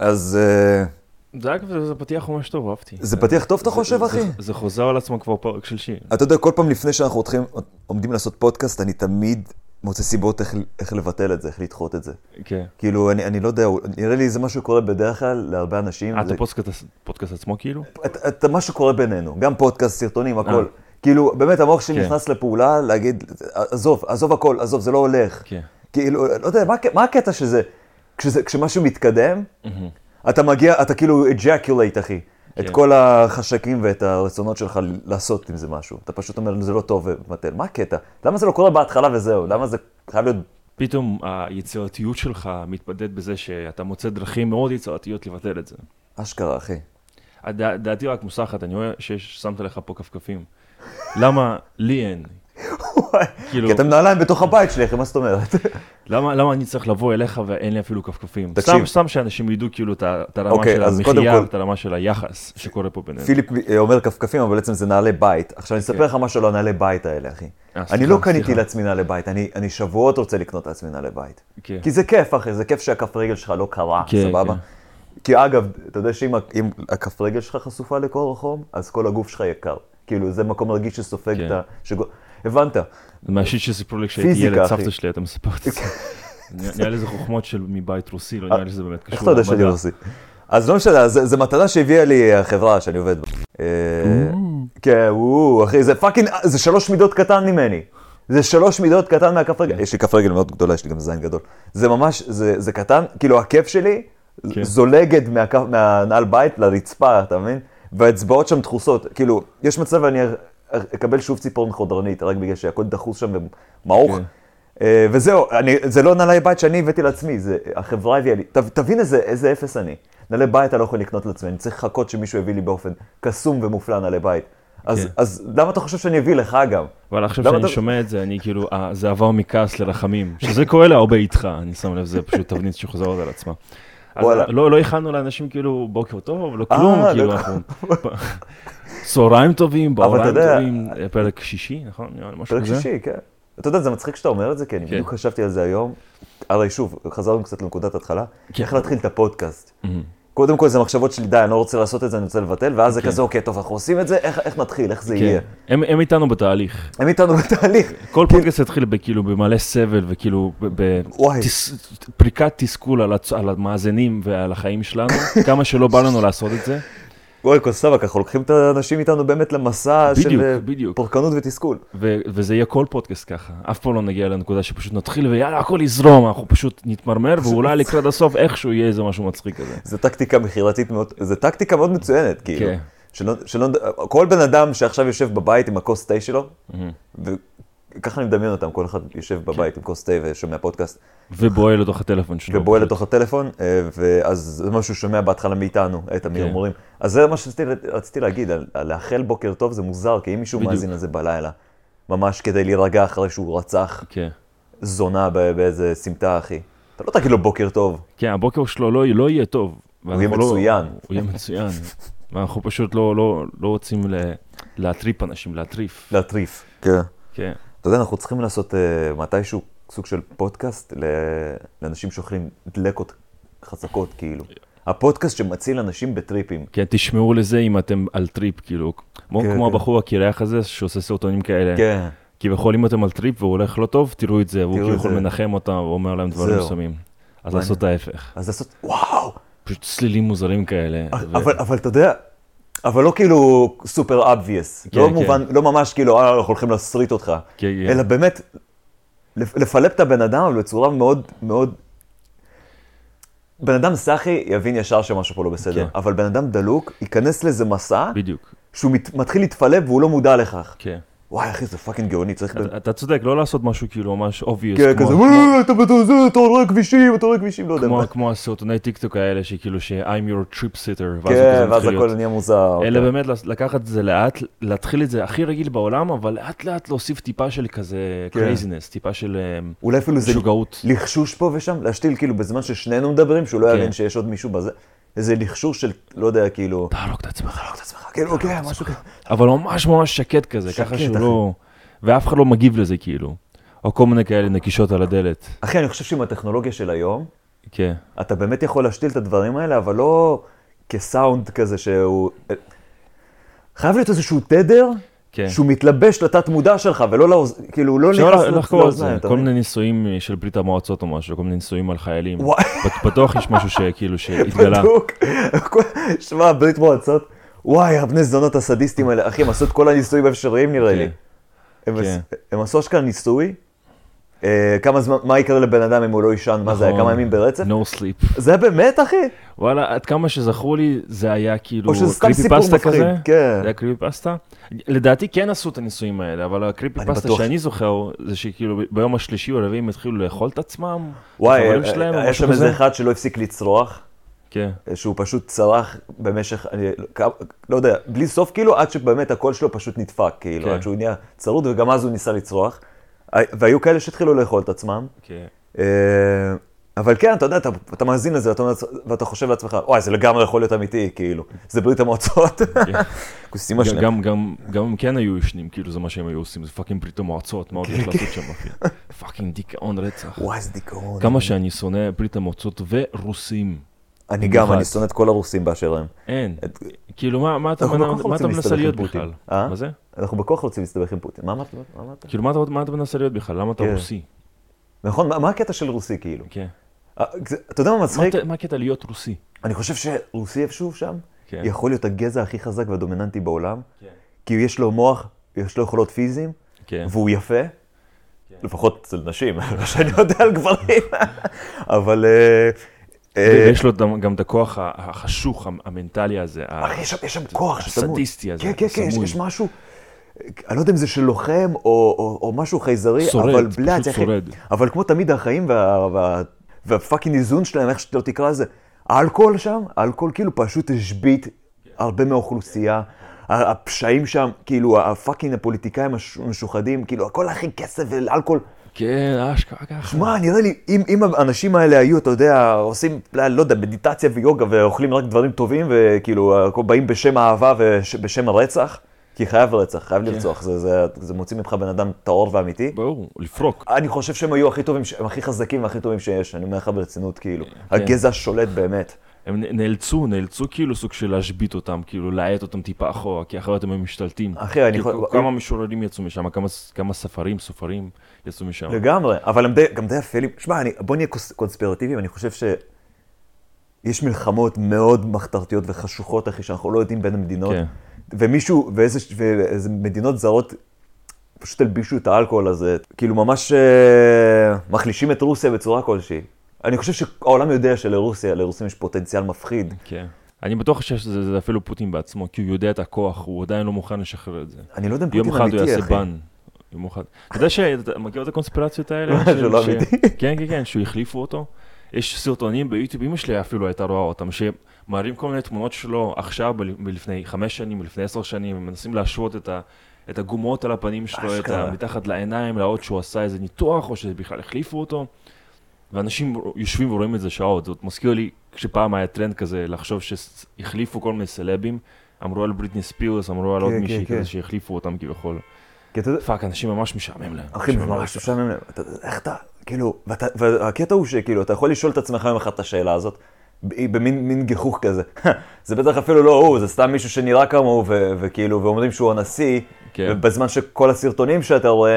אז... זה פתיח ממש טוב, אהבתי. זה פתיח טוב, אתה חושב, אחי? זה חוזר על עצמו כבר פרק שלישי. אתה יודע, כל פעם לפני שאנחנו עומדים לעשות פודקאסט, אני תמיד מוצא סיבות איך לבטל את זה, איך לדחות את זה. כן. כאילו, אני לא יודע, נראה לי זה משהו שקורה בדרך כלל להרבה אנשים. אתה פודקאסט עצמו כאילו? אתה משהו קורה בינינו, גם פודקאסט, סרטונים, הכל. כאילו, באמת, המוח שלי נכנס לפעולה להגיד, עזוב הכל, עזוב, זה לא הולך. כאילו, לא יודע, מה הקטע שזה? כשמשהו מתקדם, אתה כאילו ejaculate, אחי. את כל החשקים ואת הרצונות שלך לעשות עם זה משהו. אתה פשוט אומר, זה לא טוב ומטל. מה הקטע? למה זה לא קורה בהתחלה וזהו? למה זה חייב להיות... פתאום היצירתיות שלך מתבדדת בזה שאתה מוצא דרכים מאוד יצירתיות לבטל את זה. אשכרה, אחי. דעתי רק מוסחת, אני רואה ששמת לך פה כפכפים. למה לי אין? כי אתה מנהליים בתוך הבית שלי, אחי, מה זאת אומרת? למה אני צריך לבוא אליך ואין לי אפילו כפכפים? סתם שאנשים ידעו כאילו את הרמה של המחיה, את הרמה של היחס שקורה פה בינינו. פיליפ אומר כפכפים, אבל בעצם זה נעלי בית. עכשיו אני אספר לך משהו על הנעלי בית האלה, אחי. אני לא קניתי לעצמי נעלי בית, אני שבועות רוצה לקנות לעצמי נעלי בית. כי זה כיף, אחי, זה כיף שהכף רגל שלך לא קרה, סבבה? כי אגב, אתה יודע שאם הכף רגל שלך חשופה לקור החום, אז כל הגוף שלך יקר. כאילו, זה מקום רגיש שסופג את ה... הבנת? זה מהשיט שסיפרו לי כשהייתי ילד, סבתא שלי, אתה מספר את זה. נראה לי זה חוכמות של מבית רוסי, לא נראה לי שזה באמת קשור. איך אתה יודע שאני רוסי? אז לא משנה, זה מתנה שהביאה לי החברה שאני עובד בה. כן, אחי, זה פאקינג, זה 3 מידות קטן ממני. זה 3 מידות קטן מהכף רגל. יש לי כף רגל מאוד גדולה, יש לי גם זין גדול. זה ממש, זה קטן, כאילו הכיף שלי זולגת מהנעל בית לרצפה, אתה מבין? והאצבעות שם דחוסות, כאילו, יש מצב ואני אקבל שוב ציפורן חודרנית, רק בגלל שהכל דחוס שם ומעוך. וזהו, זה לא נעלי בית שאני הבאתי לעצמי, החברה הביאה לי. תבין איזה אפס אני. נעלי בית אתה לא יכול לקנות לעצמי, אני צריך לחכות שמישהו הביא לי באופן קסום ומופלא נעלי בית. אז למה אתה חושב שאני אביא לך גם? אבל עכשיו שאני שומע את זה, אני כאילו, זה עבר מכעס לרחמים, שזה קורה לה הרבה איתך, אני שם לב, זה פשוט תבנית שחוזרת על עצמה. לא הכנו לאנשים כאילו בוקר טוב, לא כלום, כאילו אנחנו... צהריים טובים, בעולם טובים, פרק שישי, נכון? פרק שישי, כן. אתה יודע, זה מצחיק שאתה אומר את זה, כי אני בדיוק חשבתי על זה היום. הרי שוב, חזרנו קצת לנקודת התחלה, איך להתחיל את הפודקאסט. קודם כל זה מחשבות שלי, די, אני לא רוצה לעשות את זה, אני רוצה לבטל, ואז זה כזה, אוקיי, טוב, אנחנו עושים את זה, איך נתחיל, איך זה יהיה? הם איתנו בתהליך. הם איתנו בתהליך. כל פודקאסט יתחיל כאילו במלא סבל, וכאילו בפריקת תסכול על המאזינים ועל החיים שלנו, כמה שלא בא לנו לעשות את זה. וואי, כל סבק, אנחנו לוקחים את האנשים איתנו באמת למסע של פורקנות ותסכול. וזה יהיה כל פודקאסט ככה. אף פעם לא נגיע לנקודה שפשוט נתחיל ויאללה, הכל יזרום, אנחנו פשוט נתמרמר, ואולי לקראת הסוף איכשהו יהיה איזה משהו מצחיק כזה. זו טקטיקה מחירתית מאוד, זו טקטיקה מאוד מצוינת, כאילו. כל בן אדם שעכשיו יושב בבית עם הכוס תה שלו, וככה אני מדמיין אותם, כל אחד יושב בבית עם כוס תה ושומע פודקאסט. ובועל לתוך הטלפון שלו. ובועל לתוך הטלפון, ואז זה משהו שומע בהתחלה מאיתנו, את המרמורים. אז זה מה שרציתי להגיד, לאחל בוקר טוב זה מוזר, כי אם מישהו מאזין לזה בלילה, ממש כדי להירגע אחרי שהוא רצח זונה באיזה סמטה, אחי. אתה לא תגיד לו בוקר טוב. כן, הבוקר שלו לא יהיה טוב. הוא יהיה מצוין. הוא יהיה מצוין. ואנחנו פשוט לא רוצים להטריף אנשים, להטריף, כן. כן. אתה יודע, אנחנו צריכים לעשות מתישהו סוג של פודקאסט לאנשים שאוכלים דלקות חזקות, כאילו. הפודקאסט שמציל אנשים בטריפים. כן, תשמעו לזה אם אתם על טריפ, כאילו. כמו הבחור הקירח הזה שעושה סרטונים כאלה. כן. כי בכל אם אתם על טריפ והוא הולך לא טוב, תראו את זה, והוא כאילו יכול מנחם אותם ואומר להם דברים מסוימים. אז לעשות ההפך. אז לעשות, וואו! פשוט סלילים מוזרים כאלה. אבל אתה יודע, אבל לא כאילו סופר אבוויאס. לא מובן, לא ממש כאילו, אנחנו הולכים להסריט אותך. אלא באמת, לפלפ את הבן אדם, אבל בצורה מאוד, מאוד... בן אדם סחי יבין ישר שמשהו פה לא בסדר, אבל בן אדם דלוק ייכנס לזה מסע, שהוא מתחיל להתפלפ והוא לא מודע לכך. כן. וואי, אחי, זה פאקינג גאוני, צריך... אתה צודק, לא לעשות משהו כאילו ממש obvious. כן, כזה, אתה רואה כבישים, לא יודע. כמו הסרטוני טיקטוק האלה, שכאילו ש-I'm your trip sitter. כן, ואז הכל נהיה מוזר. אלא באמת לקחת את זה לאט, להתחיל את זה הכי רגיל בעולם, אבל לאט לאט להוסיף טיפה של כזה craziness, טיפה של שוגעות. אולי אפילו זה לחשוש פה ושם, להשתיל כאילו בזמן ששנינו מדברים, שהוא לא יבין שיש עוד מישהו בזה. איזה לחשור של, לא יודע, כאילו... תהרוג את עצמך, כאילו, כן, משהו כזה. אבל ממש ממש שקט כזה, ככה שהוא לא... ואף אחד לא מגיב לזה, כאילו. או כל מיני כאלה נקישות על הדלת. אחי, אני חושב שעם הטכנולוגיה של היום, כן. אתה באמת יכול להשתיל את הדברים האלה, אבל לא כסאונד כזה שהוא... חייב להיות איזשהו תדר, כן. שהוא מתלבש לתת מודע שלך, ולא, כאילו, לא נכנס לאוזניים. כל מיני ניסויים של ברית המועצות או משהו, כל מיני ניסויים על חיילים. בטוח יש משהו שכאילו שהתגלה. בדוק. שמע, ברית מועצות, וואי, הבני זונות הסדיסטים האלה, אחי, הם עשו את כל הניסויים האפשריים נראה לי. הם עשו אשכרה ניסוי, כמה זמן, מה יקרה לבן אדם אם הוא לא ישן, מה זה היה, כמה ימים ברצף? No sleep. זה באמת, אחי? וואלה, עד כמה שזכרו לי, זה היה כאילו או שזה סתם סיפור מפחיד, כן. זה היה קריפי פסטה. לדעתי כן עשו את הניסויים האלה, אבל הקריפי פסטה שאני זוכר, זה שכאילו ביום השלישי או הרביעי הם התחילו לאכול את עצמם. וואי, יש שם איזה אחד שלא הפסיק לצרוח. כן. שהוא פשוט צרח במשך, לא יודע, בלי סוף כאילו, עד שבאמת הקול שלו פשוט נדפק, כאילו, עד שהוא נהיה צרוד, וגם אז הוא ניסה לצרוח. והיו כאלה שהתחילו לאכול את עצמם. כן. אבל כן, אתה יודע, אתה מאזין לזה, ואתה חושב לעצמך, וואי, זה לגמרי יכול להיות אמיתי, כאילו. זה ברית המועצות. גם הם כן היו ישנים, כאילו זה מה שהם היו עושים, זה פאקינג ברית המועצות, מה עוד יש לעשות שם, אחי? פאקינג דיכאון רצח. וואי, זה דיכאון. כמה שאני שונא ברית המועצות ורוסים. אני גם, אני שונא את כל הרוסים באשר הם. אין. כאילו, מה אתה מנסה להיות בכלל? מה זה? אנחנו בכוח רוצים להסתבך עם פוטין. מה אמרת? כאילו, מה אתה מנסה להיות בכלל? למה אתה רוסי? נכון, מה הקטע של רוסי, כאילו? כן. אתה יודע מה מצחיק? מה הקטע להיות רוסי? אני חושב שרוסי איפשהו שם, יכול להיות הגזע הכי חזק והדומיננטי בעולם, כי יש לו מוח, יש לו יכולות פיזיים, והוא יפה, לפחות אצל נשים, לא שאני יודע על גברים, אבל... ויש לו גם את הכוח החשוך, המנטלי הזה, יש שם כוח הסדיסטי הזה, כן, כן, יש משהו, אני לא יודע אם זה של לוחם או משהו חייזרי, אבל בלעד, אבל כמו תמיד החיים והפאקינג איזון שלהם, איך שלא תקרא לזה, האלכוהול שם, האלכוהול כאילו פשוט השבית הרבה מהאוכלוסייה, הפשעים שם, כאילו הפאקינג הפוליטיקאים המשוחדים, כאילו הכל הכי כסף ואלכוהול, כן, אשכרה ככה. שמע, נראה לי, אם האנשים האלה היו, אתה יודע, עושים, לא יודע, מדיטציה ויוגה ואוכלים רק דברים טובים, וכאילו, באים בשם האהבה ובשם הרצח, כי חייב רצח, חייב לרצוח, זה מוציא ממך בן אדם טהור ואמיתי. ברור, לפרוק. אני חושב שהם היו הכי טובים, הם הכי חזקים והכי טובים שיש, אני אומר לך ברצינות, כאילו, הגזע שולט באמת. הם נאלצו כאילו סוג של להשבית אותם, כאילו להעט אותם טיפה אחורה, כי אחרת הם משתלטים. אחי, אני יכול... כמה משוררים יצאו משם, כמה סופרים יצאו משם. לגמרי, אבל הם גם די אפלים. שמע, בוא נהיה קונספירטיביים, אני חושב שיש מלחמות מאוד מחתרתיות וחשוכות, אחי, שאנחנו לא יודעים בין המדינות. ומישהו, ואיזה מדינות זרות פשוט הלבישו את האלכוהול הזה, כאילו ממש מחלישים את רוסיה בצורה כלשהי. אני חושב שהעולם יודע שלרוסים יש פוטנציאל מפחיד. כן. אני בטוח שזה אפילו פוטין בעצמו, כי הוא יודע את הכוח, הוא עדיין לא מוכן לשחרר את זה. אני לא יודע אם פוטין אמיתי, אחי. יום אחד הוא יעשה בן. יום אחד. אתה יודע שאתה מכיר את הקונספירציות האלה? שלא אמיתי. כן, שהוא החליפו אותו. יש סרטונים ביוטיוב, אמא שלי אפילו הייתה רואה אותם, שמראים כל מיני תמונות שלו עכשיו, לפני 5 שנים, לפני 10 שנים, הם מנסים להשוות את הגומות על הפנים שלו, מתחת לעיניים, להראות שהוא עשה איזה ניתוח, או שבכלל החליפו אותו. ואנשים יושבים ורואים את זה שעות. זאת מזכיר לי, כשפעם היה טרנד כזה, לחשוב שהחליפו כל מיני סלבים, אמרו על בריטני ספירס, אמרו על עוד מישהי כזה שהחליפו אותם כביכול. פאק, אנשים ממש משעמם להם. אחי, ממש משעמם להם. איך אתה, כאילו, והקטע הוא שכאילו, אתה יכול לשאול את עצמך יום אחד את השאלה הזאת, במין גיחוך כזה. זה בטח אפילו לא הוא, זה סתם מישהו שנראה כמוהו, וכאילו, ואומרים שהוא הנשיא, ובזמן שכל הסרטונים שאתה רואה,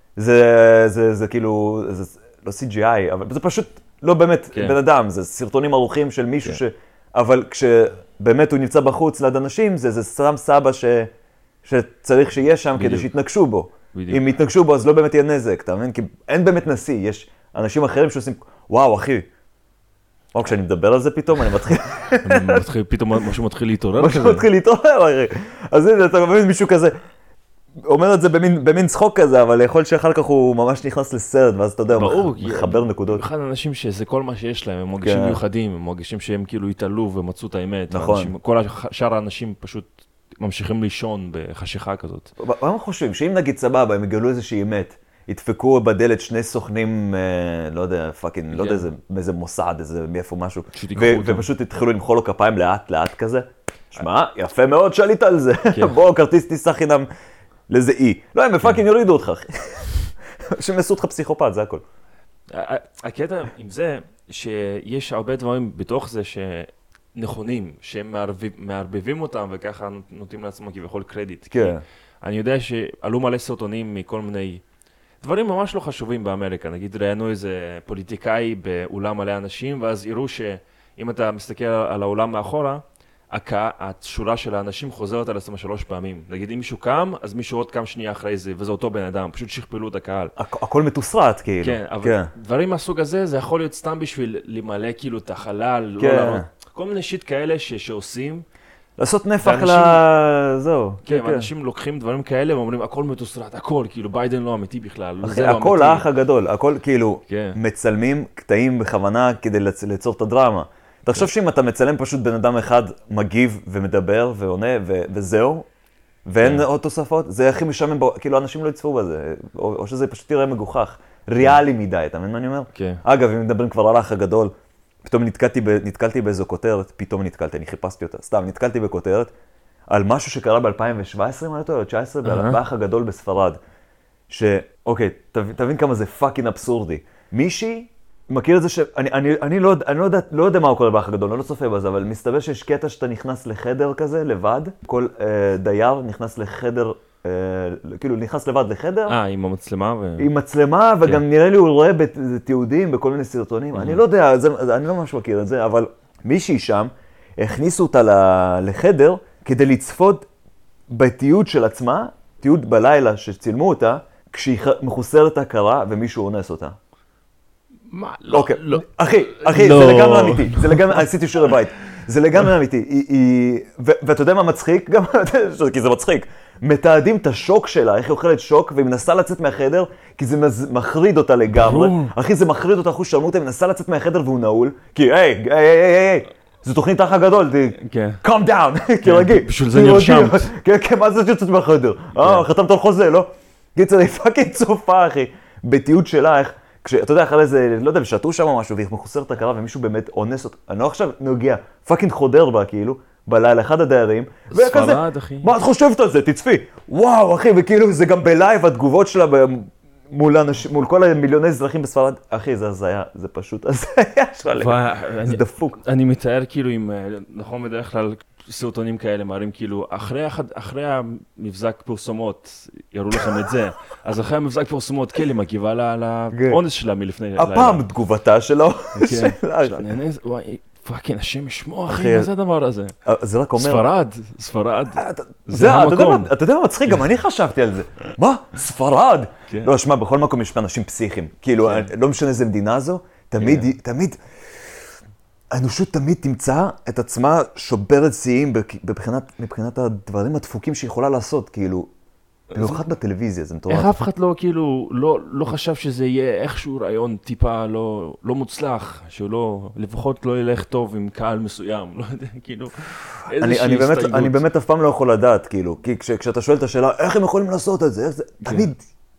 זה כאילו, לא CGI, אבל זה פשוט לא באמת בן אדם, זה סרטונים ערוכים של מישהו אבל כשבאמת הוא נמצא בחוץ ליד אנשים, זה סתם סבא שצריך שיהיה שם כדי שיתנגשו בו. אם יתנגשו בו, אז לא באמת יהיה נזק, אתה מבין? כי אין באמת נשיא, יש אנשים אחרים שעושים, וואו, אחי, כשאני מדבר על זה פתאום, אני מתחיל... פתאום משהו מתחיל להתעורר. משהו מתחיל להתעורר, אחי. אז הנה, אתה מבין מישהו כזה, אומר את זה במין צחוק כזה, אבל יכול שאחר כך הוא ממש נכנס לסרט, ואז אתה יודע, הוא מחבר נקודות. אחד האנשים שזה כל מה שיש להם, הם מרגישים מיוחדים, הם מרגישים שהם כאילו התעלו ומצאו את האמת. נכון. כל שאר האנשים פשוט ממשיכים לישון בחשיכה כזאת. מה הם חושבים? שאם נגיד סבבה, הם יגלו איזושהי אמת, ידפקו בדלת 2 סוכנים, לא יודע, פאקינג, לא יודע, איזה מוסד, איזה מאיפה משהו, ופשוט התחילו למחוא לו כפיים לאט כזה. שמע, יפה מאוד שעלית על זה. בוא, כרטיס טיסה חינם לאיזה אי. לא, הם פאקינג יורידו אותך, אחי. שמסו אותך פסיכופת, זה הכל. הקטע עם זה, שיש הרבה דברים בתוך זה שנכונים, שהם מערבבים אותם וככה נותנים לעצמם כביכול קרדיט. כן. אני יודע שעלו מלא סרטונים מכל מיני דברים ממש לא חשובים באמריקה. נגיד ראיינו איזה פוליטיקאי באולם מלא אנשים, ואז יראו שאם אתה מסתכל על האולם מאחורה, השורה של האנשים חוזרת על עצמה 3 פעמים. נגיד אם מישהו קם, אז מישהו עוד קם שנייה אחרי זה, וזה אותו בן אדם, פשוט שכפלו את הקהל. הכל מתוסרט כאילו. כן, אבל דברים מהסוג הזה, זה יכול להיות סתם בשביל למלא כאילו את החלל, כן. כל מיני שיט כאלה שעושים. לעשות נפח זהו. כן, אנשים לוקחים דברים כאלה ואומרים, הכל מתוסרט, הכל, כאילו ביידן לא אמיתי בכלל. הכל האח הגדול, הכל כאילו מצלמים קטעים בכוונה כדי ליצור את הדרמה. תחשוב שאם אתה מצלם פשוט בן אדם אחד מגיב ומדבר ועונה וזהו, ואין עוד תוספות, זה הכי משעמם, כאילו אנשים לא יצפו בזה, או שזה פשוט יראה מגוחך, ריאלי מדי, אתה מבין מה אני אומר? אגב, אם מדברים כבר על האח הגדול, פתאום נתקלתי באיזו כותרת, אני חיפשתי אותה, סתם, נתקלתי בכותרת, על משהו שקרה ב-2017, מה לא טועה, או 19, באח הגדול בספרד, אוקיי, תבין כמה זה פאקינג אבסורדי. מישהי מכיר את זה אני לא יודע מה קורה באח הגדול, אני לא צופה בזה, אבל מסתבר שיש קטע שאתה נכנס לחדר כזה, לבד, כל דייר נכנס לחדר, כאילו נכנס לבד לחדר. עם המצלמה עם מצלמה, וגם נראה לי הוא רואה בתיעודים, בכל מיני סרטונים, אני לא יודע, אני לא ממש מכיר את זה, אבל מישהי שם, הכניסו אותה לחדר, כדי לצפות בתיעוד של עצמה, תיעוד בלילה שצילמו אותה, כשהיא מחוסרת הכרה ומישהו אונס אותה. מה? לא, לא. אחי, זה לגמרי אמיתי. זה לגמרי, עשיתי שיעורי בית. זה לגמרי אמיתי. ואתה יודע מה מצחיק? גם, כי זה מצחיק. מתעדים את השוק שלה, איך היא אוכלת שוק, והיא מנסה לצאת מהחדר, כי זה מחריד אותה לגמרי. אחי, זה מחריד אותה אחוז שרמוט, היא מנסה לצאת מהחדר והוא נעול. כי, היי, זו תוכנית האח הגדול, calm down, כרגיל. בשביל זה נרשמת. כן, מה זה שיוצאת מהחדר? חתמת על חוזה, לא? קיצר, היא פאקינג צופה, אחי. בתיעוד שלך, כשאתה יודע, אחרי זה, לא יודע, שתו שם או משהו, והיא מחוסרת הכרה, ומישהו באמת אונס אותה. אני לא עכשיו נוגע, פאקינג חודר בה, כאילו, בלילה, אחד הדיירים. ספרד, אחי. מה את חושבת על זה? תצפי. וואו, אחי, וכאילו, זה גם בלייב, התגובות שלה מול כל המיליוני אזרחים בספרד. אחי, זה הזיה, זה פשוט הזיה שלה. זה דפוק. אני מתאר כאילו עם, נכון, בדרך כלל, סרטונים כאלה מראים כאילו, אחרי המבזק פרסומות, יראו לכם את זה, אז אחרי המבזק פרסומות, קלי מגיבה לאונס שלה מלפני... הפעם תגובתה שלו. וואי, פאקינג, השם ישמור, אחי, מה זה הדבר הזה? זה רק אומר... ספרד, זה המקום. אתה יודע מה מצחיק? גם אני חשבתי על זה. מה? ספרד? לא, שמע, בכל מקום יש אנשים פסיכיים. כאילו, לא משנה איזה מדינה זו, תמיד... האנושות תמיד תמצא את עצמה שוברת שיאים מבחינת הדברים הדפוקים שהיא יכולה לעשות, כאילו, במיוחד בטלוויזיה, זה מטורף. איך אף אחד לא, כאילו, לא חשב שזה יהיה איכשהו רעיון טיפה לא מוצלח, שהוא לא, לפחות לא ילך טוב עם קהל מסוים, לא יודע, כאילו, איזושהי הסתייגות. אני באמת אף פעם לא יכול לדעת, כאילו, כי כשאתה שואל את השאלה, איך הם יכולים לעשות את זה, תמיד,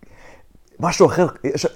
משהו אחר,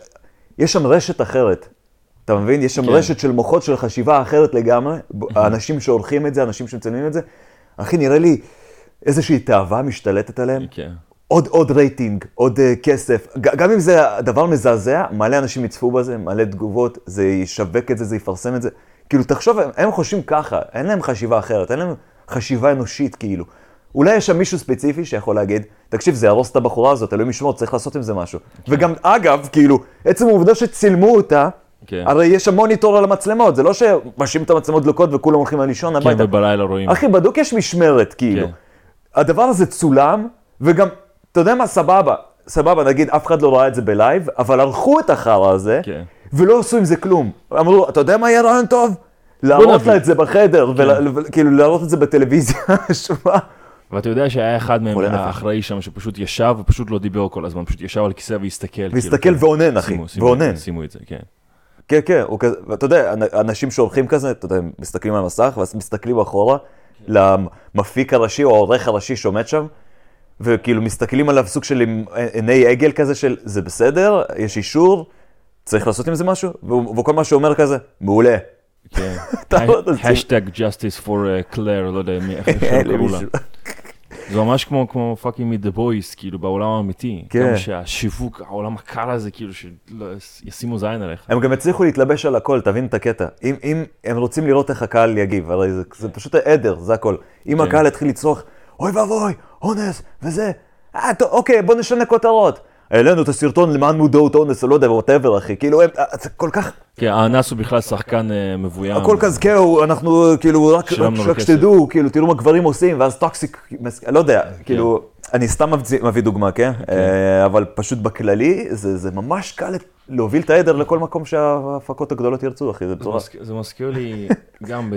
יש שם רשת אחרת. אתה מבין? יש שם רשת של מוחות של חשיבה אחרת לגמרי, האנשים שעורכים את זה, האנשים שמצלמים את זה, אחי, נראה לי איזושהי תאווה משתלטת עליהם, עוד רייטינג, עוד כסף, גם אם זה דבר מזעזע, מלא אנשים יצפו בזה, מלא תגובות, זה ישווק את זה, זה יפרסם את זה, כאילו תחשוב, הם חושבים ככה, אין להם חשיבה אחרת, אין להם חשיבה אנושית כאילו, אולי יש שם מישהו ספציפי שיכול להגיד, תקשיב, זה ירוס את הבחורה הזאת, אלוהים ישמור, צריך לעשות עם זה משהו, וגם אגב, כאילו, עצם העובדה שצילמו אותה, הרי יש שם מוניטור על המצלמות, זה לא שמשאים את המצלמות דלוקות וכולם הולכים לישון הביתה. כן, ובלילה רואים. אחי, בדוק יש משמרת, כאילו. הדבר הזה צולם, וגם, אתה יודע מה, סבבה, נגיד, אף אחד לא ראה את זה בלייב, אבל ערכו את החרא הזה, ולא עשו עם זה כלום. אמרו, אתה יודע מה יהיה רעיון טוב? להראות לה את זה בחדר, וכאילו להראות את זה בטלוויזיה, שמה. ואתה יודע שהיה אחד מהם האחראי שם שפשוט ישב ופשוט לא דיבר כל הזמן, פשוט ישב על כיסא והסתכל. והסתכל ועונן, אחי, ועונן. שימו את זה, כן. כן, כן, ואתה יודע, אנשים שעורכים כזה, אתה יודע, מסתכלים על המסך, ואז מסתכלים אחורה למפיק הראשי או העורך הראשי שעומד שם, וכאילו מסתכלים עליו סוג של עיני עגל כזה של, זה בסדר, יש אישור, צריך לעשות עם זה משהו, וכל מה שאומר כזה, מעולה. כן, hashtag justice for Claire, לא יודע איך קראו לה. זה ממש כמו פאקינג מ-The Boys, כאילו, בעולם האמיתי. גם שהשיווק, העולם הקל הזה, כאילו, שישימו זין עליך. הם גם הצליחו להתלבש על הכל, תבין את הקטע. אם הם רוצים לראות איך הקהל יגיב, הרי זה פשוט עדר, זה הכל. אם הקהל יתחיל לצרוך, אוי ואבוי, אונס, וזה, אוקיי, בוא נשנה כותרות. העלינו את הסרטון למען מודעות אונס, לא יודע, whatever, אחי. כאילו, זה כל כך... כן, האנס הוא בכלל שחקן מבוים. הכל כזה, אנחנו, כאילו, רק שתדעו, כאילו, תראו מה גברים עושים, ואז טוקסיק, לא יודע, כאילו, אני סתם מביא דוגמה, כן? אבל פשוט בכללי, זה ממש קל להוביל את העדר לכל מקום שההפקות הגדולות ירצו, אחי, זה בצורה. זה מזכיר לי גם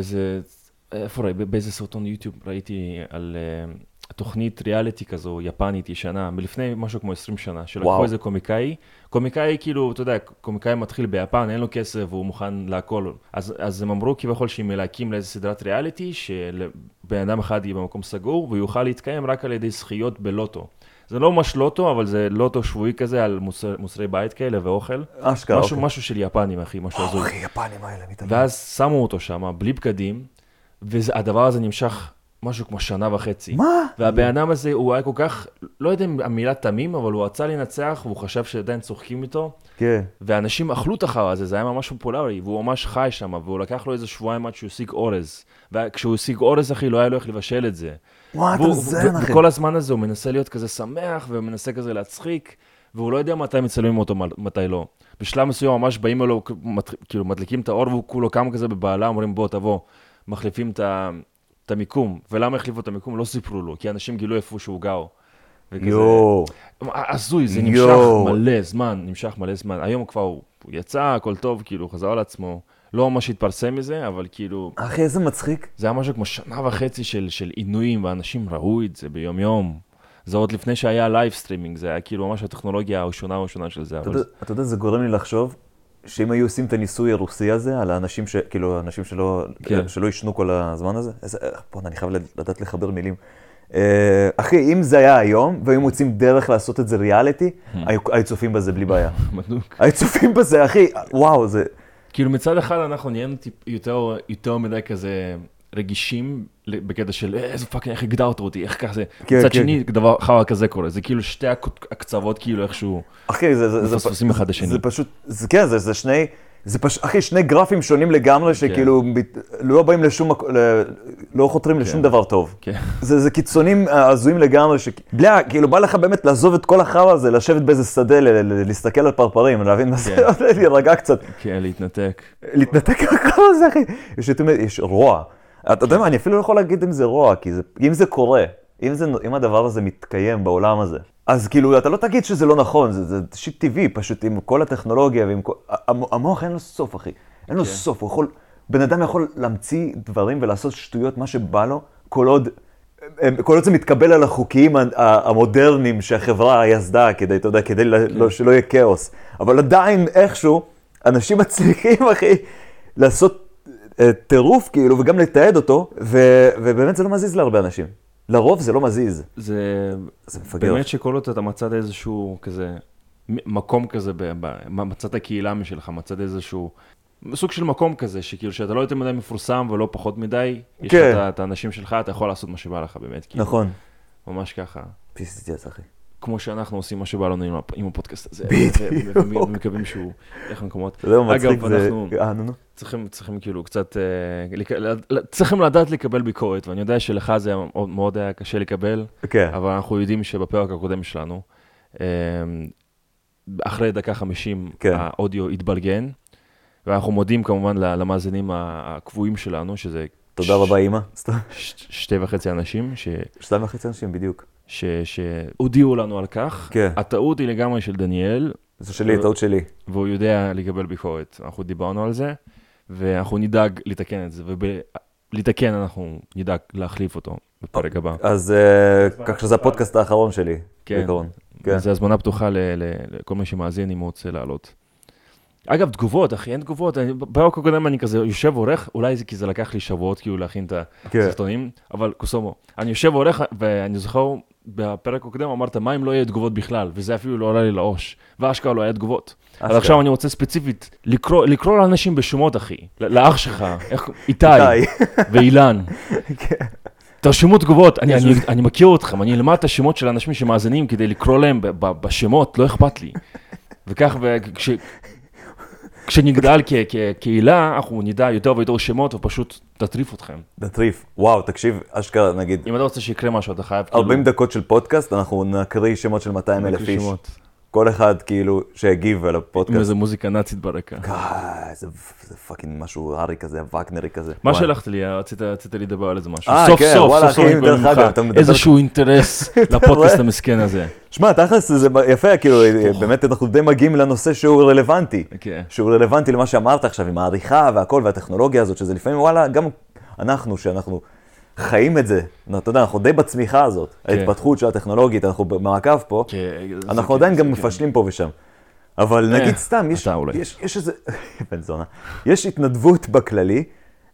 באיזה סרטון יוטיוב ראיתי על... תוכנית ריאליטי כזו, יפנית, ישנה, מלפני משהו כמו 20 שנה, שלקחו איזה קומיקאי כאילו, אתה יודע, קומיקאי מתחיל ביפן, אין לו כסף, והוא מוכן להכל, אז הם אמרו כביכול שהם להקים לאיזה סדרת ריאליטי, שבן אדם אחד יהיה במקום סגור, והוא יוכל להתקיים רק על ידי זכיות בלוטו. זה לא ממש לוטו, אבל זה לוטו שבועי כזה, על מוצרי בית כאלה ואוכל. אשכרה, אוקיי. משהו של יפנים, אחי, משהו הזוי. אוקיי, יפנים האלה, מתאמן. ואז שמו אותו שם, בלי בגדים, והדבר הזה נמשך משהו כמו שנה וחצי. מה? והבן אדם הזה, הוא היה כל כך, לא יודע אם המילה תמים, אבל הוא רצה לנצח, והוא חשב שעדיין צוחקים איתו. כן. ואנשים אכלו את החרא הזה, זה היה ממש פופולרי, והוא ממש חי שם, והוא לקח לו איזה שבועיים עד שהוא השיג אורז. וכשהוא השיג אורז, אחי, לא היה לו איך לבשל את זה. מה אתה זן, אחי? וכל הזמן הזה הוא מנסה להיות כזה שמח, ומנסה כזה להצחיק, והוא לא יודע מתי מצלמים אותו, מתי לא. בשלב מסוים ממש באים לו, כאילו מדליקים את האור, והוא כולו קם כזה בבעלה, אומרים בוא, תבוא, מחליפים את המיקום. ולמה החליפו את המיקום? לא סיפרו לו, כי אנשים גילו איפה שהוא גר. יואו. עזוי, זה נמשך מלא זמן. היום כבר הוא יצא, הכל טוב, כאילו, חזר על עצמו. לא ממש התפרסם מזה, אבל כאילו... אחי, איזה מצחיק. זה היה משהו כמו שנה וחצי של עינויים, ואנשים ראו את זה ביום יום. זה עוד לפני שהיה לייב סטרימינג, זה היה כאילו ממש הטכנולוגיה הראשונה של זה. אתה יודע, זה גורם לי לחשוב שאם היו עושים את הניסוי הרוסי הזה, על האנשים כאילו, האנשים שלא ישנו כל הזמן הזה, בוא, אני חייב לדעת לחבר מילים. אחי, אם זה היה היום, והיו מוצאים דרך לעשות את זה ריאליטי, היו צופים בזה בלי בעיה. מדוק. היו צופים בזה, אחי, וואו, זה... כאילו מצד אחד אנחנו נהיינו יותר מדי כזה רגישים בקטע של איזה פאקינג, איך הגדרת אותי, איך כזה. מצד שני, דבר חווה כזה קורה, זה כאילו שתי הקצוות כאילו איכשהו מפספסים אחד השני. זה פשוט, כן, זה שני... זה פשוט, אחי, שני גרפים שונים לגמרי, שכאילו לא באים לשום, לא חותרים לשום דבר טוב. זה קיצונים הזויים לגמרי, כאילו בא לך באמת לעזוב את כל החרא הזה, לשבת באיזה שדה, להסתכל על פרפרים, להבין מה זה, להירגע קצת. כן, להתנתק. להתנתק הכל הזה, אחי. יש רוע. אתה יודע מה, אני אפילו לא יכול להגיד אם זה רוע, כי אם זה קורה, אם הדבר הזה מתקיים בעולם הזה, אז כאילו, אתה לא תגיד שזה לא נכון, זה שיט טבעי, פשוט עם כל הטכנולוגיה ועם כל... המוח אין לו סוף, אחי. אין לו סוף, בן אדם יכול להמציא דברים ולעשות שטויות, מה שבא לו, כל עוד זה מתקבל על החוקים המודרניים שהחברה יסדה, כדי שלא יהיה כאוס. אבל עדיין, איכשהו, אנשים מצליחים, אחי, לעשות טירוף, כאילו, וגם לתעד אותו, ובאמת זה לא מזיז להרבה אנשים. לרוב זה לא מזיז. זה מפגר. באמת שכל עוד אתה מצאת איזשהו כזה, מקום כזה, מצאת הקהילה משלך, מצאת איזשהו, סוג של מקום כזה, שכאילו שאתה לא יותר מדי מפורסם ולא פחות מדי, יש את האנשים שלך, אתה יכול לעשות מה שבא לך באמת. נכון. ממש ככה. פיסטי אחי. כמו שאנחנו עושים מה שבא לנו עם הפודקאסט הזה. בדיוק. ומקווים שהוא ילך למקומות. אגב, אנחנו צריכים כאילו קצת, צריכים לדעת לקבל ביקורת, ואני יודע שלך זה מאוד היה קשה לקבל, אבל אנחנו יודעים שבפרק הקודם שלנו, אחרי דקה 50, האודיו התבלגן, ואנחנו מודים כמובן למאזינים הקבועים שלנו, שזה... תודה רבה, אמא. 2.5 אנשים. 2.5 אנשים, בדיוק. שהודיעו לנו על כך. כן. הטעות היא לגמרי של דניאל. זו שלי, טעות שלי. והוא יודע לקבל ביקורת. אנחנו דיברנו על זה, ואנחנו נדאג לתקן את זה, ולתקן אנחנו נדאג להחליף אותו בפרק הבא. אז כך שזה הפודקאסט האחרון שלי. כן. אז זו הזמנה פתוחה לכל מי שמאזין אם הוא רוצה לעלות. אגב, תגובות, אחי, אין תגובות. בפרק הקודם אני כזה יושב עורך, אולי זה כי זה לקח לי שבועות כאילו להכין את הסרטונים, אבל קוסומו. אני יושב עורך, ואני זוכר, בפרק הקודם אמרת, מה אם לא יהיה תגובות בכלל? וזה אפילו לא עולה לי לאוש. ואשכרה לא היה תגובות. אז עכשיו אני רוצה ספציפית לקרוא לאנשים בשמות, אחי. לאח שלך, איתי ואילן. תרשמו תגובות, אני מכיר אתכם, אני אלמד את השמות של האנשים שמאזינים כדי לקרוא להם בשמות, לא אכפת לי. וכך, כשנגדל כקהילה, אנחנו נדע יותר ויותר שמות ופשוט תטריף אתכם. תטריף, וואו, תקשיב, אשכרה, נגיד. אם אתה רוצה שיקרה משהו, אתה חייב 40 דקות של פודקאסט, אנחנו נקריא שמות של 200,000 איש. כל אחד כאילו שהגיב על הפודקאסט. עם איזה מוזיקה נאצית ברקע. זה פאקינג משהו הארי כזה, וקנרי כזה. מה שלחת לי? רצית לדבר על איזה משהו. סוף סוף איזשהו אינטרס לפודקאסט המסכן הזה. שמע, תכלס זה יפה, כאילו, באמת אנחנו די מגיעים לנושא שהוא רלוונטי. שהוא רלוונטי למה שאמרת עכשיו, עם העריכה והכל והטכנולוגיה הזאת, שזה לפעמים, וואלה, גם אנחנו, שאנחנו חיים את זה, אתה יודע, אנחנו די בצמיחה הזאת, ההתפתחות של הטכנולוגית, אנחנו במעקב פה, אנחנו עדיין גם מפשלים פה ושם. אבל נגיד סתם, יש איזה, בן זונה, יש התנדבות בכללי,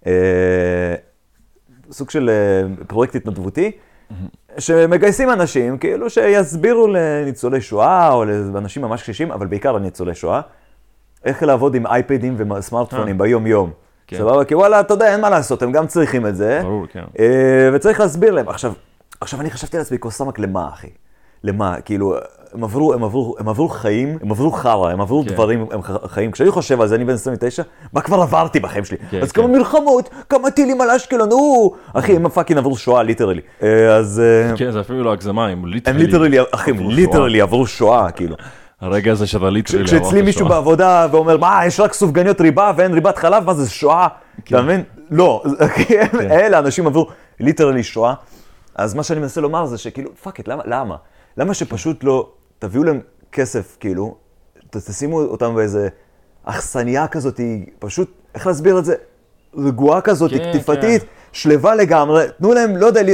סוג של פרויקט התנדבותי, שמגייסים אנשים, כאילו שיסבירו לניצולי שואה, או לאנשים ממש קשישים, אבל בעיקר לניצולי שואה, איך לעבוד עם אייפדים וסמארטפונים ביום-יום. סבבה, כי וואלה, אתה יודע, אין מה לעשות, הם גם צריכים את זה. ברור, כן. וצריך להסביר להם. עכשיו אני חשבתי לעצמי, קוסמק, למה, אחי? למה? כאילו, הם עברו חיים, הם עברו חרה, הם עברו דברים, הם חיים. כשאני חושב על זה, אני בן 29, מה כבר עברתי בחיים שלי? אז כמה מלחמות, כמה טילים על אשקלון, אחי, הם פאקינג עברו שואה, ליטרלי. אז... כן, זה אפילו לא הגזמה, הם ליטרלי, אחי, ליטרלי עברו שואה, כאילו. הרגע הזה של הליטרלי. כשאצלי מישהו בעבודה ואומר, מה, יש רק סופגניות ריבה ואין ריבת חלב, מה זה שואה? אתה מבין? לא, אלה אנשים עברו ליטרלי שואה. אז מה שאני מנסה לומר זה שכאילו, פאק את, למה? למה שפשוט לא תביאו להם כסף, כאילו, תשימו אותם באיזה אכסניה כזאת, פשוט, איך להסביר את זה? רגועה כזאת, כתיפתית, שלווה לגמרי, תנו להם, לא יודע,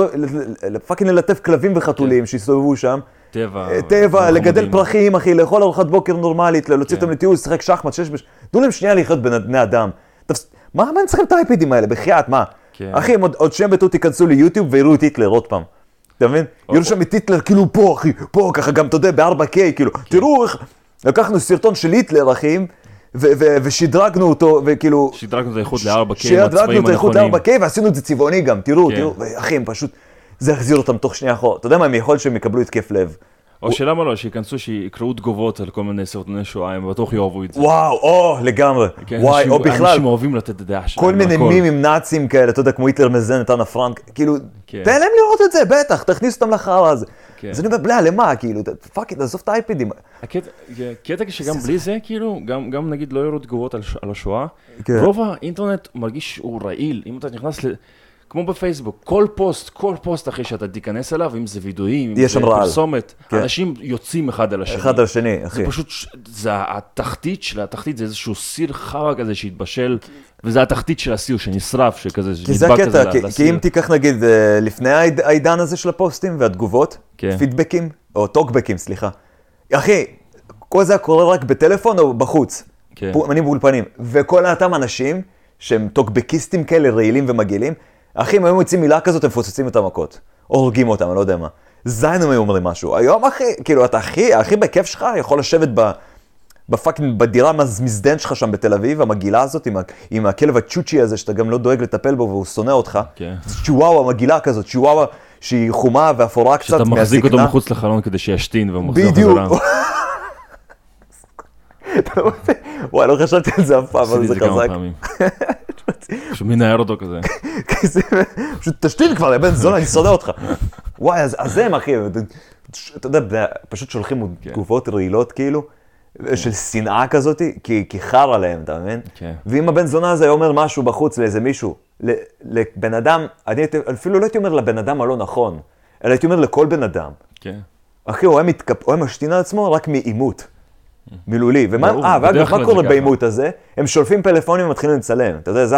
פאקינג ללטף כלבים וחתולים שיסתובבו שם. טבע, לגדל פרחים, אחי, לאכול ארוחת בוקר נורמלית, להוציא אותם לטיול, לשחק שחמט, תנו להם שנייה לחיות בני אדם. מה הם צריכים את האייפדים האלה? בחייאת, מה? אחי, עוד שם בטות ייכנסו ליוטיוב ויראו את היטלר עוד פעם. אתה מבין? יראו שם את היטלר כאילו פה, אחי, פה, ככה גם, אתה יודע, ב-4K, כאילו, תראו איך, לקחנו סרטון של היטלר, אחי, ושדרגנו אותו, וכאילו... שדרגנו את האיכות ל-4K, שדרגנו את האיכות ל-4K, ועשינו את זה צבעוני גם, תראו, אחי, הם פשוט, זה החזיר אותם תוך שנייה אחורה. אתה יודע מה, הם יכול שהם יקבלו התקף לב. או שלמה לא, שיכנסו, שיקראו תגובות על כל מיני סרטוני שואה, הם בטוח יאהבו את זה. וואו, לגמרי. וואי, או בכלל. אנשים אוהבים לתת את דעה שלהם. כל מיני מימים נאצים כאלה, אתה יודע, כמו היטלר מזן את אנה פרנק, כאילו, תן להם לראות את זה, בטח, תכניס אותם לחרא הזה. אז אני אומר, למה, כאילו, פאק, תעזוב את האייפדים. הקטע שגם בלי זה, כאילו, גם נגיד לא יראו תגובות על השואה, רוב האינטרנט מרגיש שהוא רעיל, אם אתה נכנס כמו בפייסבוק, כל פוסט אחרי שאתה תיכנס אליו, אם זה וידועים, אם זה פרסומת, אנשים יוצאים אחד על השני. אחד על השני, אחי. זה פשוט, זה התחתית של התחתית, זה איזשהו סיר חרא כזה שהתבשל, וזה התחתית של הסיר שנשרף, שכזה, שנדבק כזה לסיר. כי אם תיקח נגיד, לפני העידן הזה של הפוסטים והתגובות, פידבקים, או טוקבקים, סליחה. אחי, כל זה קורה רק בטלפון או בחוץ, פנים באולפנים, וכל אותם אנשים שהם טוקבקיסטים כאלה רעילים ומגעילים, אחי, אם היו מוצאים מילה כזאת, הם פוצצים את המכות. או הורגים אותם, אני לא יודע מה. זין הם היו אומרים משהו. היום, אחי, כאילו, אתה הכי בכיף שלך, יכול לשבת בפאקינג, בדירה מזדן שלך שם בתל אביב, המגילה הזאת, עם הכלב הצ'וצ'י הזה, שאתה גם לא דואג לטפל בו, והוא שונא אותך. צ'יוואווה, מגילה כזאת, צ'יוואווה, שהיא חומה ואפורה קצת מהזקנה. שאתה מחזיק אותו מחוץ לחלון כדי שישתין, והוא מחזיר חזרה. וואי, לא חשבתי על זה אף פעם, אבל זה חזק. פשוט מנער אותו כזה. פשוט תשתין כבר, בן זונה, אני שונא אותך. וואי, אז הם, אחי, אתה יודע, פשוט שולחים תגובות רעילות, כאילו, של שנאה כזאת, כי חר עליהם, אתה מבין? ואם הבן זונה הזה אומר משהו בחוץ לאיזה מישהו, לבן אדם, אני אפילו לא הייתי אומר לבן אדם הלא נכון, אלא הייתי אומר לכל בן אדם. אחי, הוא היה משתין על עצמו רק מאימות. מילולי, ואגב, מה קורה באימות הזה? הם שולפים פלאפונים ומתחילים לצלם, אתה יודע,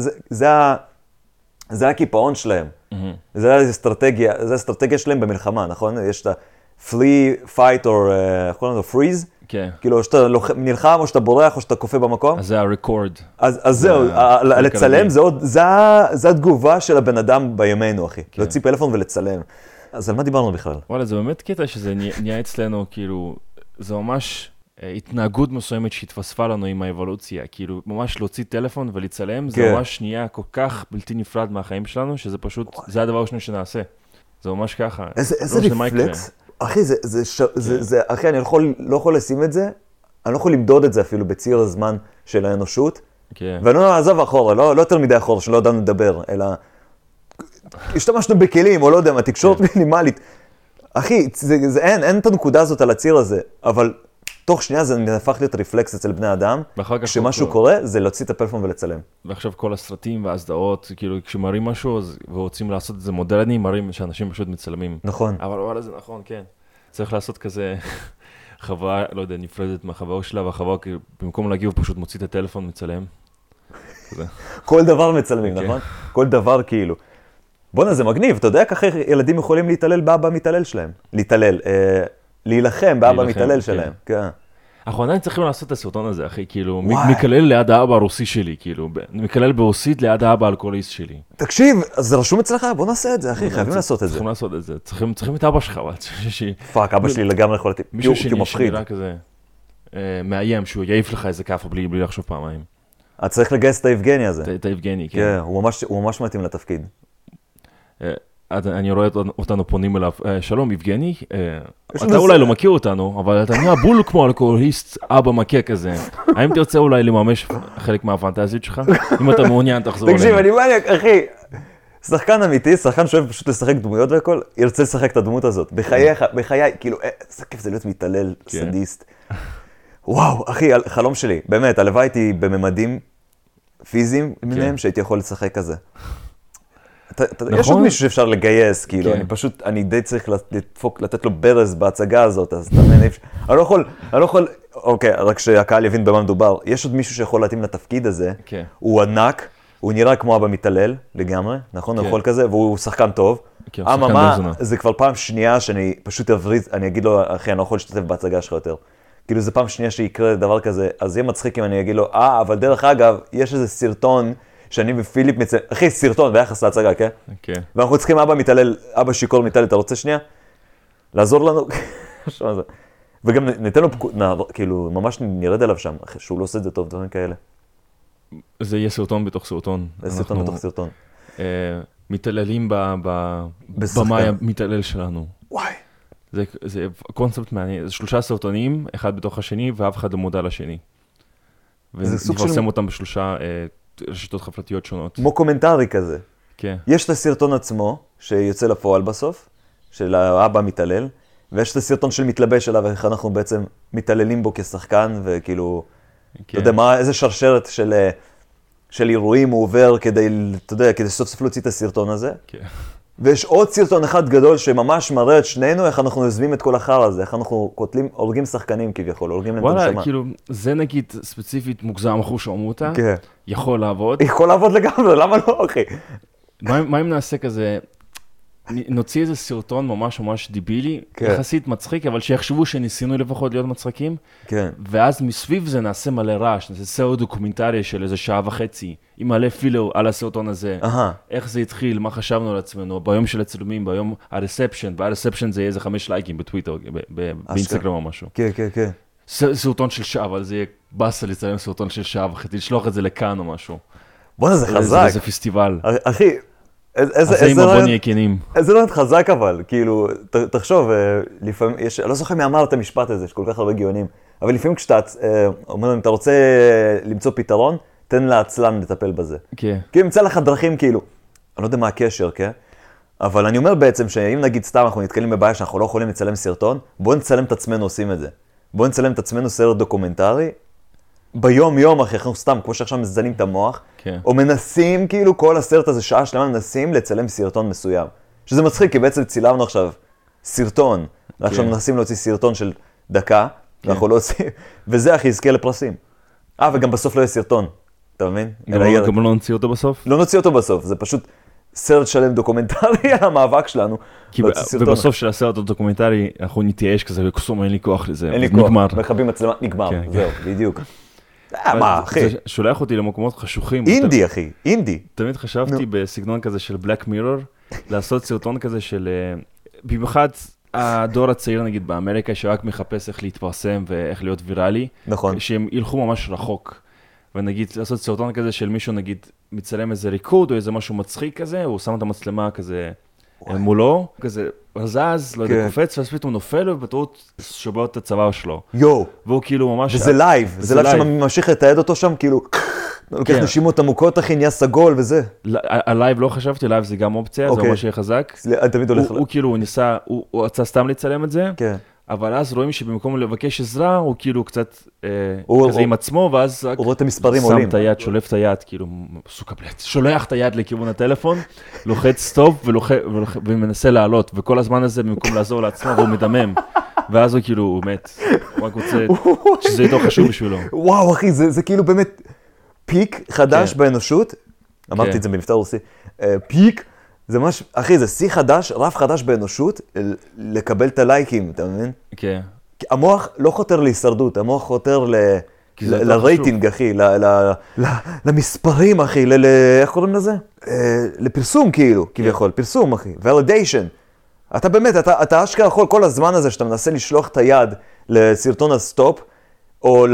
זה הקיפאון שלהם, זה האסטרטגיה שלהם במלחמה, נכון? יש את ה-flee, fight or freeze, כאילו, או שאתה נלחם, או שאתה בורח, או שאתה קופא במקום. אז זה ה-record. אז זהו, לצלם, זה התגובה של הבן אדם בימינו, אחי, להוציא פלאפון ולצלם. אז על מה דיברנו בכלל? וואלה, זה באמת קטע שזה נהיה אצלנו, כאילו, זה ממש... התנהגות מסוימת שהתווספה לנו עם האבולוציה, כאילו ממש להוציא טלפון ולצלם, זה ממש שנייה כל כך בלתי נפרד מהחיים שלנו, שזה פשוט, זה הדבר השני שנעשה. זה ממש ככה. איזה רפלקס? אחי, אחי, אני לא יכול לשים את זה, אני לא יכול למדוד את זה אפילו בציר הזמן של האנושות, ואני לא אעזוב אחורה, לא יותר מדי אחורה, שלא ידענו לדבר, אלא השתמשנו בכלים, או לא יודע, התקשורת מינימלית. אחי, אין את הנקודה הזאת על הציר הזה, אבל תוך שנייה זה נהפך להיות רפלקס אצל בני אדם, כשמשהו קורה, זה להוציא את הפלאפון ולצלם. ועכשיו כל הסרטים וההסדרות, כאילו כשמראים משהו ורוצים לעשות את זה מודרני, מראים שאנשים פשוט מצלמים. נכון. אבל וואלה זה נכון, כן. צריך לעשות כזה חווה, לא יודע, נפרדת מהחווה שלה, והחווה, במקום להגיב הוא פשוט מוציא את הטלפון, מצלם. כל דבר מצלמים, נכון? כל דבר כאילו. בוא'נה, זה מגניב, אתה יודע ככה ילדים יכולים להתעלל באבא מתעלל שלהם. להילחם באבא מתעלל שלהם. כן. אנחנו עדיין צריכים לעשות את הסרטון הזה, אחי, כאילו, מקלל ליד האבא הרוסי שלי, כאילו, מקלל ברוסית ליד האבא האלכוהוליסט שלי. תקשיב, אז זה רשום אצלך, בוא נעשה את זה, אחי, חייבים לעשות את זה. צריכים לעשות את זה, צריכים את אבא שלך, פאק, אבא שלי לגמרי יכול לתת, מישהו שנראה כזה, מאיים שהוא יעיף לך איזה כאפה בלי לחשוב פעמיים. אתה צריך לגייס את היבגני הזה. את היבגני, כן. כן, הוא ממש מתאים לתפקיד. אני רואה אותנו פונים אליו, שלום יבגני, אתה אולי לא מכיר אותנו, אבל אתה נהיה בול כמו אלכוהוליסט אבא מכה כזה. האם תרצה אולי לממש חלק מהפנטזיות שלך? אם אתה מעוניין תחזור אלינו. תקשיב, אני מניאק, אחי, שחקן אמיתי, שחקן שאוהב פשוט לשחק דמויות והכל, ירצה לשחק את הדמות הזאת. בחיי, כאילו, זה כיף זה להיות מתעלל, סדיסט. וואו, אחי, חלום שלי, באמת, הלוואי הייתי בממדים פיזיים ביניהם שהייתי יכול לשחק כזה. יש עוד מישהו שאפשר לגייס, כאילו, אני די צריך לתת לו ברז בהצגה הזאת, אז אני לא יכול, אוקיי, רק שהקהל יבין במה מדובר, יש עוד מישהו שיכול להתאים לתפקיד הזה, הוא ענק, הוא נראה כמו אבא מתעלל לגמרי, נכון? הוא יכול כזה, והוא שחקן טוב, אממה, זה כבר פעם שנייה שאני פשוט אבריז, אני אגיד לו, אחי, אני לא יכול להשתתף בהצגה שלך יותר. כאילו, זה פעם שנייה שיקרה דבר כזה, אז יהיה מצחיק אם אני אגיד לו, אבל דרך אגב, יש איזה סרטון שאני ופיליפ אחי, סרטון ביחס להצגה, כן? כן. ואנחנו צריכים אבא שיקור מתעלל, אתה רוצה שנייה? לעזור לנו? וגם ניתן לו, כאילו, ממש נרד אליו שם, אחי, שהוא לא עושה את זה טוב, דברים כאלה. זה יהיה סרטון בתוך סרטון. זה סרטון בתוך סרטון. מתעללים במאי המתעלל שלנו. וואי. זה קונספט מעניין, זה 3 סרטונים, אחד בתוך השני, ואף אחד לא מודע לשני. ונפרסם אותם ב3 רשתות חברתיות שונות. כמו קומנטרי כזה. כן. יש את הסרטון עצמו, שיוצא לפועל בסוף, של האבא מתעלל, ויש את הסרטון של מתלבש עליו, איך אנחנו בעצם מתעללים בו כשחקן, וכאילו, אתה יודע מה, איזה שרשרת של אירועים הוא עובר כדי, אתה יודע, כדי סוף סוף להוציא את הסרטון הזה. כן. ויש עוד סרטון אחד גדול שממש מראה את שנינו, איך אנחנו עוזבים את כל החר הזה, איך אנחנו קוטלים, הורגים שחקנים כביכול, הורגים להם את הנשמה. וואלה, כאילו, זה נגיד ספציפית מוגזם אחוש עמותה, כן. יכול לעבוד. יכול לעבוד לגמרי, למה לא, אחי? מה אם נעשה כזה, נוציא איזה סרטון ממש ממש דיבילי, יחסית מצחיק, אבל שיחשבו שניסינו לפחות להיות מצחיקים, ואז מסביב זה נעשה מלא רעש, נעשה סרט דוקומנטרי של איזה 1.5 שעה, עם מלא פילר על הסרטון הזה, איך זה התחיל, מה חשבנו על עצמנו, ביום של הצילומים, ביום הרספשן, והרספשן זה יהיה איזה 5 לייקים בטוויטר, באינסטגרם או משהו. כן, כן, כן. סרטון של שעה, אבל זה יהיה באסה לצלם סרטון של 1.5 שעה, לשלוח את זה לכאן או משהו. בוא'נה, זה חזק. זה פסטיבל. אחי, איזה רעיון חזק אבל, כאילו, תחשוב, לפעמים, אני לא זוכר מי אמר את המשפט הזה, יש כל כך הרבה גאונים, אבל לפעמים כשאתה אומר, אם אתה רוצה למצוא פתרון, תן לעצלן לטפל בזה. כן. כי ימצא לך דרכים, כאילו, אני לא יודע מה הקשר, כן? אבל אני אומר בעצם שאם נגיד סתם אנחנו נתקלים בבעיה שאנחנו לא יכולים לצלם סרטון, בואו נצלם את עצמנו עושים את זה. בואו נצלם את עצמנו סרט דוקומנטרי, ביום יום אחרי אנחנו סתם, כמו שעכשיו מזדנים את המוח, או מנסים כאילו כל הסרט הזה שעה שלמה מנסים לצלם סרטון מסוים. שזה מצחיק, כי בעצם צילמנו עכשיו סרטון, ועכשיו מנסים להוציא סרטון של דקה, ואנחנו לא עושים, וזה הכי יזכה לפרסים. וגם בסוף לא יהיה סרטון, אתה מבין? גם לא נוציא אותו בסוף? לא נוציא אותו בסוף, זה פשוט סרט שלם דוקומנטרי על המאבק שלנו. ובסוף של הסרט הדוקומנטרי אנחנו נתייאש כזה, וקוסום אין לי כוח לזה, אין לי כוח, מכבים מצלמה, נגמר, זהו, בדיוק. מה, אחי? זה שולח אותי למקומות חשוכים. אינדי, אחי, אינדי. תמיד חשבתי בסגנון כזה של בלק מירור, לעשות סרטון כזה של, במיוחד הדור הצעיר, נגיד, באמריקה, שרק מחפש איך להתפרסם ואיך להיות ויראלי. נכון. שהם ילכו ממש רחוק. ונגיד, לעשות סרטון כזה של מישהו, נגיד, מצלם איזה ריקוד או איזה משהו מצחיק כזה, הוא שם את המצלמה כזה מולו, כזה זז, לא יודע, קופץ, ואז פתאום נופל ובטעות שובר את הצוואר שלו. יו. והוא כאילו ממש... וזה לייב, זה לייב שממשיך לתעד אותו שם, כאילו, לוקח נשימות עמוקות, אחי, נהיה סגול וזה. הלייב לא חשבתי, לייב זה גם אופציה, זה ממש חזק. תמיד הולך... הוא כאילו, הוא ניסה, הוא רצה סתם לצלם את זה, כן. אבל אז רואים שבמקום לבקש עזרה, הוא כאילו קצת כזה עם עצמו, ואז רק הוא רואה את המספרים עולים. שם את היד, שולף את היד, כאילו, שולח את היד לכיוון הטלפון, לוחץ סטופ ומנסה לעלות, וכל הזמן הזה במקום לעזור לעצמו, והוא מדמם. ואז הוא כאילו, הוא מת. הוא רק רוצה שזה יותר חשוב בשבילו. וואו, אחי, זה כאילו באמת פיק חדש באנושות. אמרתי את זה במבטא רוסי. פיק. זה ממש, אחי, זה שיא חדש, רף חדש באנושות, לקבל את הלייקים, אתה מבין? כן. המוח לא חותר להישרדות, המוח חותר לרייטינג, אחי, למספרים, אחי, איך קוראים לזה? לפרסום, כאילו, כביכול, פרסום, אחי, validation. אתה באמת, אתה אשכרה יכול כל הזמן הזה שאתה מנסה לשלוח את היד לסרטון הסטופ, או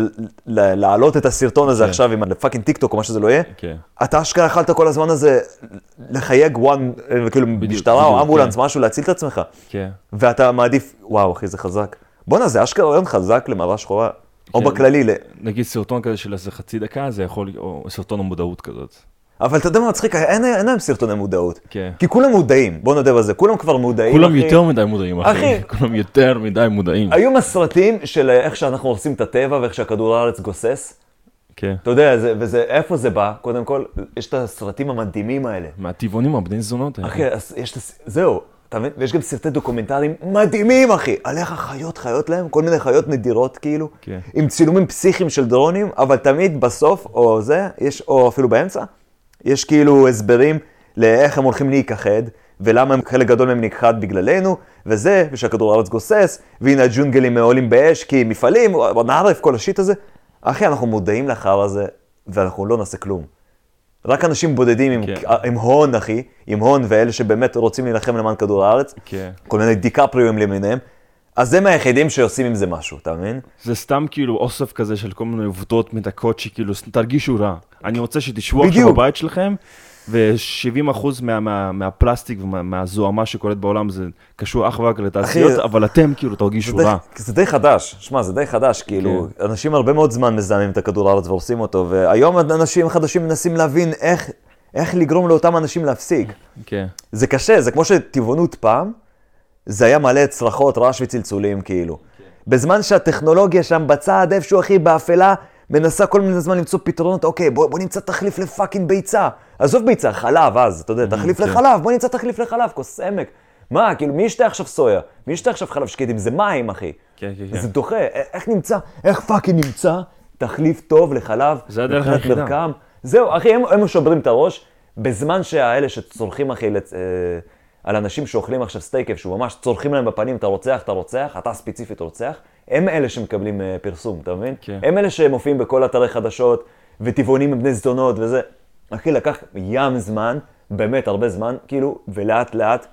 להעלות את הסרטון הזה עכשיו עם הפאקינג טיק טוק או מה שזה לא יהיה, אתה אשכרה יכלת כל הזמן הזה לחייג כאילו משטרה או אמבולנס, משהו, להציל את עצמך. ואתה מעדיף, וואו אחי, זה חזק. בוא'נה, זה אשכרה רעיון חזק למראה שחורה, או בכללי. נגיד סרטון כזה של איזה חצי דקה, זה יכול, או סרטון המודעות כזאת. אבל אתה יודע מה מצחיק, אין להם סרטוני מודעות. כי כולם מודעים, בוא נודה בזה, כולם כבר מודעים. כולם יותר מדי מודעים, אחי. כולם יותר מדי מודעים. היו מסרטים של איך שאנחנו עושים את הטבע ואיך שהכדור הארץ גוסס. כן. אתה יודע, איפה זה בא? קודם כל, יש את הסרטים המדהימים האלה. מהטבעונים, הבני זונות. אחי, זהו. ויש גם סרטי דוקומנטריים מדהימים, אחי. על איך החיות חיות להם, כל מיני חיות נדירות, כאילו. עם צילומים פסיכיים של דרונים, אבל תמיד בסוף, או זה, או אפילו באמצע, יש כאילו הסברים לאיך הם הולכים להיכחד, ולמה חלק גדול מהם נכחד בגללנו, וזה, ושהכדור הארץ גוסס, והנה הג'ונגלים עולים באש, כי מפעלים, נערף כל השיט הזה. אחי, אנחנו מודעים לאחר הזה, ואנחנו לא נעשה כלום. רק אנשים בודדים עם הון, אחי, עם הון, ואלה שבאמת רוצים להילחם למען כדור הארץ, כל מיני דיקפריואים למיניהם, אז הם היחידים שעושים עם זה משהו, אתה מבין? זה סתם כאילו אוסף כזה של כל מיני עובדות מדקות שכאילו תרגישו רע. אני רוצה שתשבו עכשיו בבית שלכם, ו70% מהפלסטיק ומהזוהמה שקולט בעולם זה קשור אך ורק לתעשיות, אבל אתם כאילו תרגישו רע. זה די חדש, שמע, זה די חדש, כאילו, אנשים הרבה מאוד זמן מזהמים את הכדור הארץ והורסים אותו, והיום אנשים חדשים מנסים להבין איך לגרום לאותם אנשים להפסיק. זה קשה, זה כמו שטבעונות פעם, זה היה מלא צרחות, רעש וצלצולים, כאילו. בזמן שהטכנולוגיה שם בצד, איפשהו הכי באפלה, מנסה כל מיני זמן למצוא פתרונות, אוקיי, בוא נמצא תחליף לפאקינג ביצה. עזוב ביצה, חלב, אז, אתה יודע, תחליף לחלב, בוא נמצא תחליף לחלב, כוס עמק. מה, כאילו, מי ישתה עכשיו סויה? מי ישתה עכשיו חלב שקדים? זה מים, אחי. זה דוחה, איך פאקינג נמצא תחליף טוב לחלב? זה הדרך היחידה. זהו, אחי, הם שוברים את הראש, בזמן שהאלה שצורכים, אחי, על אנשים שאוכלים עכשיו סטייק, שהוא ממש צורכים להם בפנים, אתה רוצח, אתה ספציפית רוצח, הם אלה שמקבלים פרסום, אתה מבין? הם אלה שמופיעים בכל אתרי חדשות, וטבעונים עם בני זדונות וזה. אחי, לקח ים זמן, באמת הרבה זמן, כאילו, ולאט לאט,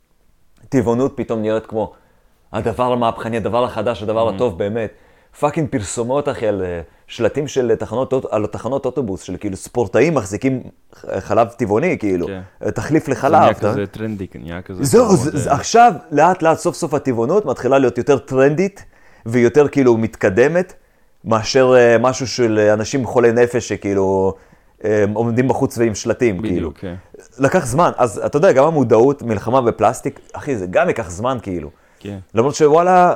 טבעונות פתאום נראית כמו הדבר המהפכני, הדבר החדש, הדבר הטוב באמת. פאקינג פרסומות, אחי, על שלטים של תחנות אוטובוס, של כאילו ספורטאים מחזיקים חלב טבעוני, כאילו, תחליף לחלב. זה נהיה כזה טרנדי, נהיה כזה. זהו, עכשיו, לאט לאט סוף סוף הטבעונות מתחילה להיות יותר טרנדית, ויותר כאילו מתקדמת, מאשר משהו של אנשים חולי נפש שכאילו עומדים בחוץ ועם שלטים, כאילו. לקח זמן, אז אתה יודע, גם המודעות, מלחמה בפלסטיק, אחי, זה גם ייקח זמן, כאילו. למרות שוואלה,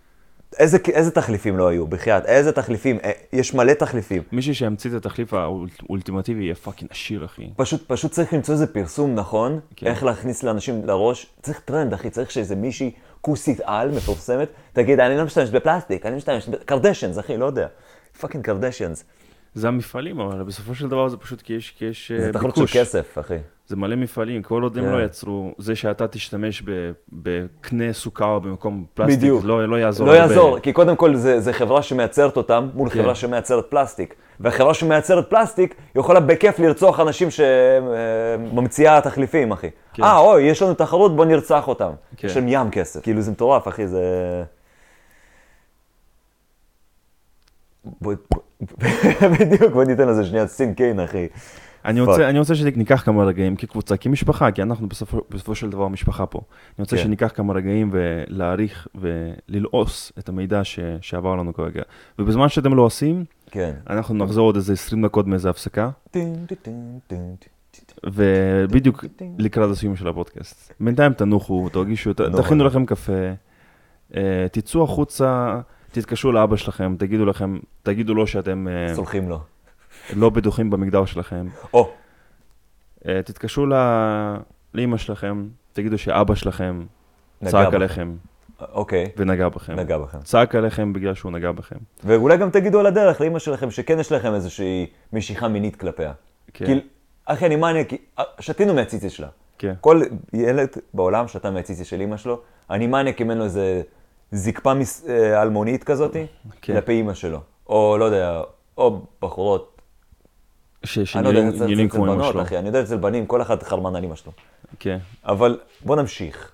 איזה תחליפים לא היו, בחייאת, איזה תחליפים, יש מלא תחליפים. מישהו שהמציא את התחליף האולטימטיבי יהיה פאקינג עשיר, אחי. פשוט צריך למצוא איזה פרסום נכון, איך להכניס לאנשים לראש, צריך טרנד, אחי, צריך שאיזה מישהי כוסית על, מפורסמת, תגיד, אני לא משתמש בפלסטיק, אני משתמש, קרדשיאנס, אחי, לא יודע, פאקינג קרדשיאנס. זה המפעלים, אבל בסופו של דבר זה פשוט כי יש ביקוש. זה תחרות של כסף, אחי. זה מלא מפעלים, כל עוד הם לא יצרו, זה שאתה תשתמש בקנה סוכר במקום פלסטיק, בדיוק. לא יעזור. לא יעזור, כי קודם כל זה חברה שמייצרת אותם מול חברה שמייצרת פלסטיק. והחברה שמייצרת פלסטיק יכולה בכיף לרצוח אנשים שממציאה תחליפים, אחי. אוי, יש לנו תחרות, בוא נרצח אותם. יש להם ים כסף. כאילו זה מטורף, אחי, זה... בדיוק, בוא ניתן לזה שנייה סינקיין, אחי. אני רוצה שניקח כמה רגעים כקבוצה, כמשפחה, כי אנחנו בסופו של דבר משפחה פה. אני רוצה שניקח כמה רגעים ולהעריך וללעוס את המידע שעבר לנו כרגע. ובזמן שאתם לא עושים, אנחנו נחזור עוד איזה 20 דקות מאיזה הפסקה. ובדיוק לקראת הסיום של הפודקאסט. בינתיים תנוחו, תרגישו, תכינו לכם קפה, תצאו החוצה, תתקשרו לאבא שלכם, תגידו לו שאתם... סולחים לו. לא בטוחים במגדר שלכם. תתקשרו לאמא שלכם, תגידו שאבא שלכם צעק עליכם. ונגע בכם. צעק עליכם בגלל שהוא נגע בכם. ואולי גם תגידו על הדרך לאמא שלכם שכן יש לכם איזושהי משיכה מינית כלפיה. כי, אחי, אני מאניה, שתינו מהציצי שלה. כל ילד בעולם שתה מהציצי של אמא שלו, אני מאניה כמנו איזה זקפה אלמונית כזאת, כלפי אמא שלו. או לא יודע, או בחורות. אני לא יודע, זה בנות, אחי, אני יודע אצל בנים, כל אחד חרמן על אמא שלו. כן. אבל בוא נמשיך.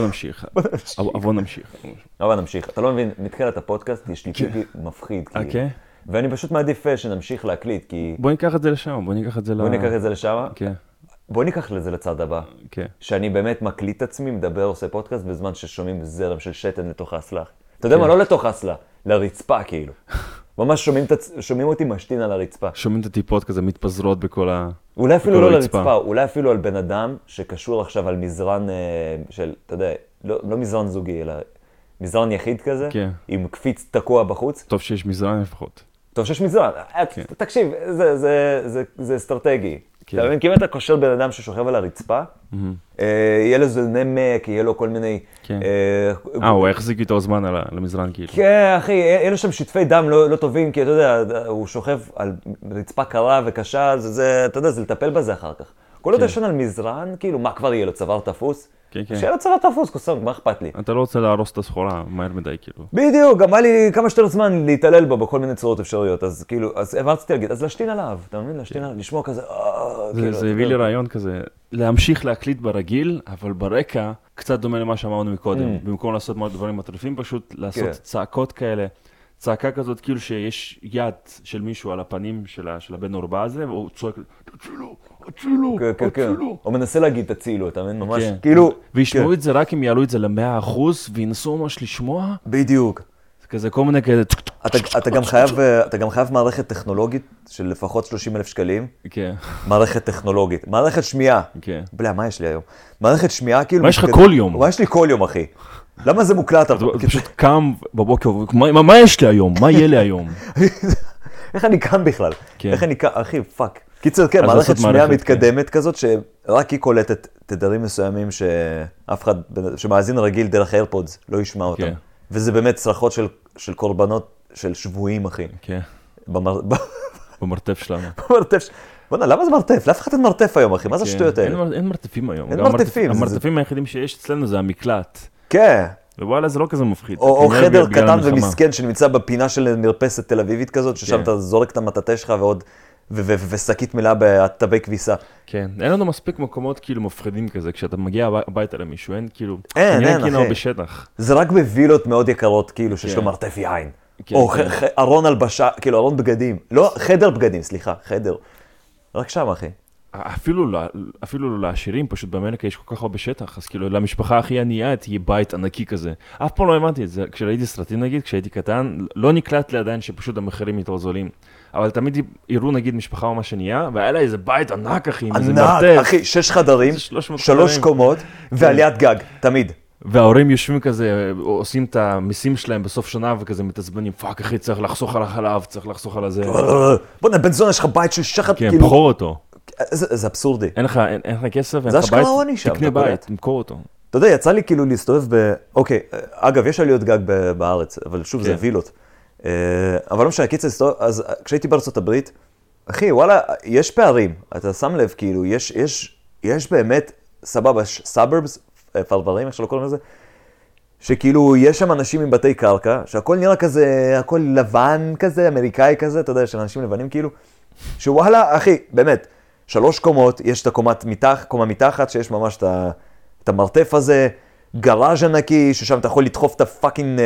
בוא נמשיך. אתה לא מבין, מתחילת הפודקאסט יש לי פיפי מפחיד. ואני פשוט מעדיף שנמשיך להקליט, כי... בוא ניקח את זה לשם, בוא ניקח את זה לשם? כן. בוא ניקח לזה לצד הבא. כן. שאני באמת מקליט עצמי, מדבר, עושה פודקאסט, בזמן ששומעים זרם של שתן לתוך האסלה. אתה יודע מה? לא לתוך האסלה, לרצפה כאילו. ממש שומעים אותי משתין על הרצפה. שומעים את הטיפות כזה מתפזרות בכל הרצפה. אולי אפילו לא לרצפה, אולי אפילו על בן אדם שקשור עכשיו על מזרן של, אתה יודע, לא מזרן זוגי, אלא מזרן יחיד כזה, עם קפיץ תקוע בחוץ. טוב שיש מזרן לפחות. טוב שיש מזרן. תקשיב, זה אסטרטגי. אתה מבין, כי אם אתה קושר בן אדם ששוכב על הרצפה, יהיה לו איזה נמק, יהיה לו כל מיני... הוא החזיק איתו זמן על המזרן כאילו. כן, אחי, יהיה לו שם שטפי דם לא טובים, כי אתה יודע, הוא שוכב על רצפה קרה וקשה, אתה יודע, זה לטפל בזה אחר כך. כל עוד ישן על מזרן, כאילו, מה כבר יהיה לו, צוואר תפוס? שיהיה לו צוואר תפוס, קוסם, מה אכפת לי? אתה לא רוצה להרוס את הסחורה מהר מדי, כאילו. בדיוק, גם היה לי כמה שיותר זמן להתעלל בו בכל מיני צורות אפשריות, אז כאילו, אז רציתי להגיד, אז להשתין עליו, אתה מבין? להשתין עליו, לשמוע כזה, זה הביא לי רעיון כזה, להמשיך להקליט ברגיל, אבל ברקע, קצת דומה למה שאמרנו מקודם, במקום לעשות דברים מטריפים, פשוט לעשות צעקות כאלה, צעקה כזאת, כאילו שיש יד של מישהו על הפנים של הבן אורבע הזה, והוא צועק, תצילו. הוא מנסה להגיד, תצילו, אתה מבין? ממש, כאילו... וישמעו את זה רק אם יעלו את זה ל100%, וינסו ממש לשמוע. בדיוק. זה כזה כל מיני כאלה... אתה גם חייב מערכת טכנולוגית של לפחות 30,000 שקלים. כן. מערכת טכנולוגית. מערכת שמיעה. כן. בלה, מה יש לי היום? מערכת שמיעה כאילו... מה יש לך כל יום? מה יש לי כל יום, אחי? למה זה מוקלט? אתה פשוט קם בבוקר, מה יש לי היום? מה יהיה לי היום? איך אני קם בכלל? איך אני קם? אחי, פאק. קיצר, כן, מערכת שמיעה מתקדמת כזאת, שרק היא קולטת תדרים מסוימים שאף אחד, שמאזין רגיל דרך האיירפודס, לא ישמע אותם. וזה באמת צרחות של קורבנות, של שבויים, אחי. כן. במרתף שלנו. בוא'נה, למה זה מרתף? לאף אחד אין מרתף היום, אחי. מה זה השטויות האלה? אין מרתפים היום. אין מרתפים. המרתפים היחידים שיש אצלנו זה המקלט. כן. ווואלה, זה לא כזה מפחיד. או חדר קטן ומסכן שנמצא בפינה של מרפסת תל אביבית כזאת, ששם אתה זורק את המטאטה שלך ועוד, ושקית מלאה בתווי כביסה. כן, אין לנו מספיק מקומות כאילו מפחידים כזה, כשאתה מגיע הביתה למישהו, אין כאילו... אין, אחי. בשטח. זה רק בווילות מאוד יקרות, כאילו, שיש לו מרתף יין. או ארון הלבשה, כאילו, ארון בגדים. לא, חדר בגדים, סליחה, חדר. רק שם, אחי. אפילו לעשירים, פשוט באמריקה יש כל כך הרבה שטח, אז כאילו למשפחה הכי ענייה תהיה בית ענקי כזה. אף פעם לא הבנתי את זה, כשראיתי סרטים נגיד, כשהייתי קטן, לא נקלט לי עדיין שפשוט המחירים יותר זולים. אבל תמיד יראו נגיד משפחה ממש ענייה, והיה לה איזה בית ענק אחי, איזה מרתף. ענק, אחי, 6 חדרים, 3 קומות, ועליית גג, תמיד. וההורים יושבים כזה, עושים את המיסים שלהם בסוף שנה, וכזה מתעצבנים, פאק אחי, צריך לחסוך על החלב, צריך לחסוך על הזה. בוא'נה, בן זונה, יש לך בית של שחת, כן, בחור אותו. זה אבסורדי. אין לך כסף, אין לך בית, תקנה בית, תמכור אותו. אתה יודע, יצא לי כאילו להסתובב אוקיי, אגב, יש עליות גג בארץ, אבל שוב, זה וילות. אבל לא משנה, קיצר, אז כשהייתי בארצות הברית, אחי, וואלה, יש פערים. אתה שם לב, כאילו, יש באמת, סבבה, סאברבס, פרברים, איך שלא קוראים לזה, שכאילו, יש שם אנשים עם בתי קרקע, שהכל נראה כזה, הכל לבן כזה, אמריקאי כזה, אתה יודע, של אנשים לבנים כאילו, שוואלה, אחי, באמת, 3 קומות, יש את קומה מתחת, שיש ממש את המרתף הזה, גראז' ענקי, ששם אתה יכול לדחוף את הפאקינג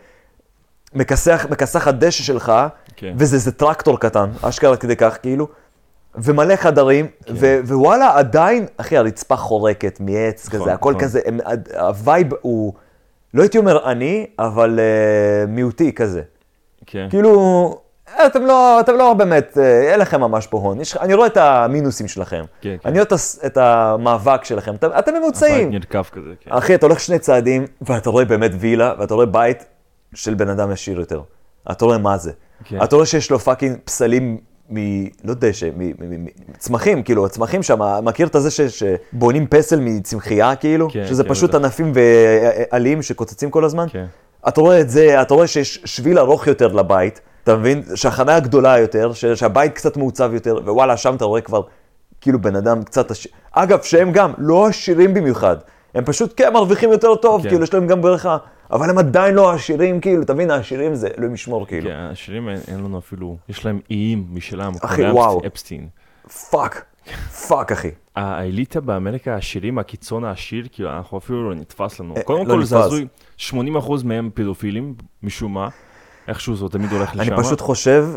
מכסח הדשא שלך, וזה טרקטור קטן, אשכרה כדי כך כאילו, ומלא חדרים, ווואלה, עדיין, אחי, הרצפה חורקת מעץ כזה, הכל כזה, הווייב הוא, לא הייתי אומר אני, אבל מיעוטי כזה. כאילו, אתם לא באמת, אין לכם ממש פה הון. אני רואה את המינוסים שלכם. אני רואה את המאבק שלכם. אתם ממוצעים. נרקף כזה, כן. אחי, אתה הולך 2 צעדים, ואתה רואה באמת וילה, ואתה רואה בית של בן אדם ישיר יותר. אתה רואה מה זה. אתה רואה שיש לו פאקינג פסלים לא דשא, מצמחים, כאילו, הצמחים שם, מכיר את זה שבונים פסל מצמחייה, כאילו? שזה פשוט ענפים ועלים שקוצצים כל הזמן? אתה רואה את זה, אתה רואה שיש שביל ארוך יותר לבית, אתה מבין? שהחניה גדולה יותר, שהבית קצת מעוצב יותר, ווואלה, שם אתה רואה כבר, כאילו, בן אדם קצת עשיר. אגב, שהם גם לא עשירים במיוחד. הם פשוט, כן, מרוויחים יותר טוב, כאילו, יש להם גם ברכה. אבל הם עדיין לא עשירים, כאילו, תבין, העשירים זה לא משמור, כאילו. כן, העשירים אין לנו אפילו, יש להם איים משלם. אחי, וואו. אפסטין. פאק, אחי. האליטה באמריקה, העשירים, הקיצון העשיר, כאילו, אנחנו אפילו לא נתפס לנו. קודם כל, זה הזוי, 80% מהם פדופילים, משום מה. איכשהו זה תמיד הולך לשם. אני פשוט חושב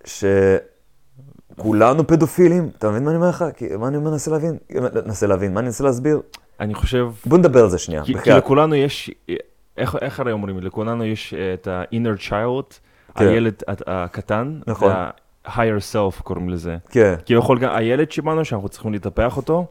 שכולנו פדופילים. אתה מבין מה אני אומר לך? מה אני מנסה להבין? מה אני מנסה להסביר? אני חושב... בוא נדבר על זה שנייה. כי לכולנו יש... איך הרי אומרים? לכולנו יש את ה-inner child, הילד הקטן, וה-higher self קוראים לזה. כן. כי יכול גם הילד שבנו, שאנחנו צריכים לטפח אותו,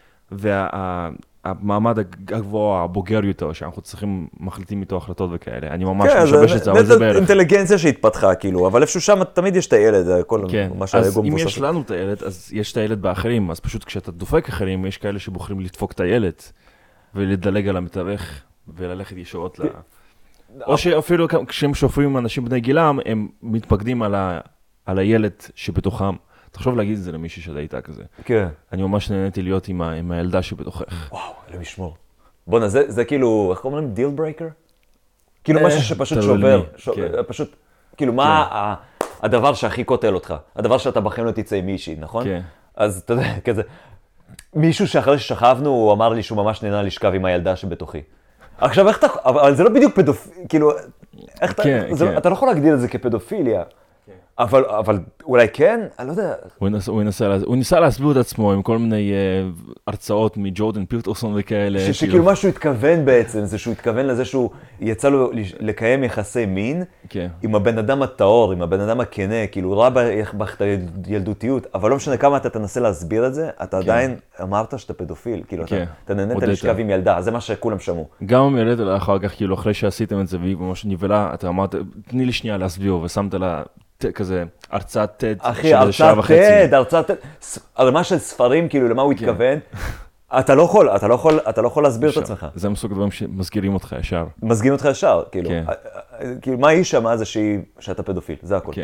והמעמד הגבוה, הבוגר יותר, שאנחנו צריכים, מחליטים איתו החלטות וכאלה. אני ממש משבש את זה, אבל זה בערך. זה אינטליגנציה שהתפתחה, כאילו, אבל איפשהו שם תמיד יש את הילד, כל מה שהאגו מבוסס. אז אם יש לנו את הילד, אז יש את הילד באחרים, אז פשוט כשאתה דופק אחרים, יש כאלה שבוחרים לדפוק את הילד, ולדלג על המתווך. וללכת ישורות ל... או שאפילו כשהם שופרים אנשים בני גילם, הם מתפקדים על הילד שבתוכם. תחשוב להגיד את זה למישהי שאתה איתה כזה. כן. אני ממש נהניתי להיות עם הילדה שבתוכך. וואו, אלוהים ישמור. בוא'נה, זה כאילו, איך אומרים? דיל ברייקר? כאילו משהו שפשוט שובר. פשוט, כאילו, מה הדבר שהכי קוטל אותך? הדבר שאתה בחיים לא תצא עם מישהי, נכון? כן. אז אתה יודע, כזה, מישהו שאחרי ששכבנו, הוא אמר לי שהוא ממש נהנה לשכב עם הילדה שבתוכי. עכשיו, איך אתה... אבל זה לא בדיוק פדופיליה, כאילו... איך אתה... אתה לא יכול להגדיר את זה כפדופיליה. אבל אולי כן? אני לא יודע. הוא ניסה להסביר את עצמו עם כל מיני הרצאות מג'ורדן פיטרסון וכאלה. שכאילו מה שהוא התכוון בעצם, זה שהוא התכוון לזה שהוא יצא לו לקיים יחסי מין עם הבן אדם הטהור, עם הבן אדם הכנה, כאילו הוא ראה בך את הילדותיות, אבל לא משנה כמה אתה תנסה להסביר את זה, אתה עדיין אמרת שאתה פדופיל, כאילו אתה נהנית לשכב עם ילדה, זה מה שכולם שמעו. גם אם ילד אחר כך, כאילו אחרי שעשיתם את זה והיא ממש נבלה, אתה אמרת, תני לי שנייה להסביר, ושמת לה כזה הרצאת TED של שעה וחצי. אחי, הרצאת TED, הרמה של ספרים, כאילו למה הוא התכוון, אתה לא יכול להסביר את עצמך. זה מסוג דברים שמסגירים אותך ישר. מסגירים אותך ישר, כאילו מה היא שמה זה שאתה פדופיל, זה הכל.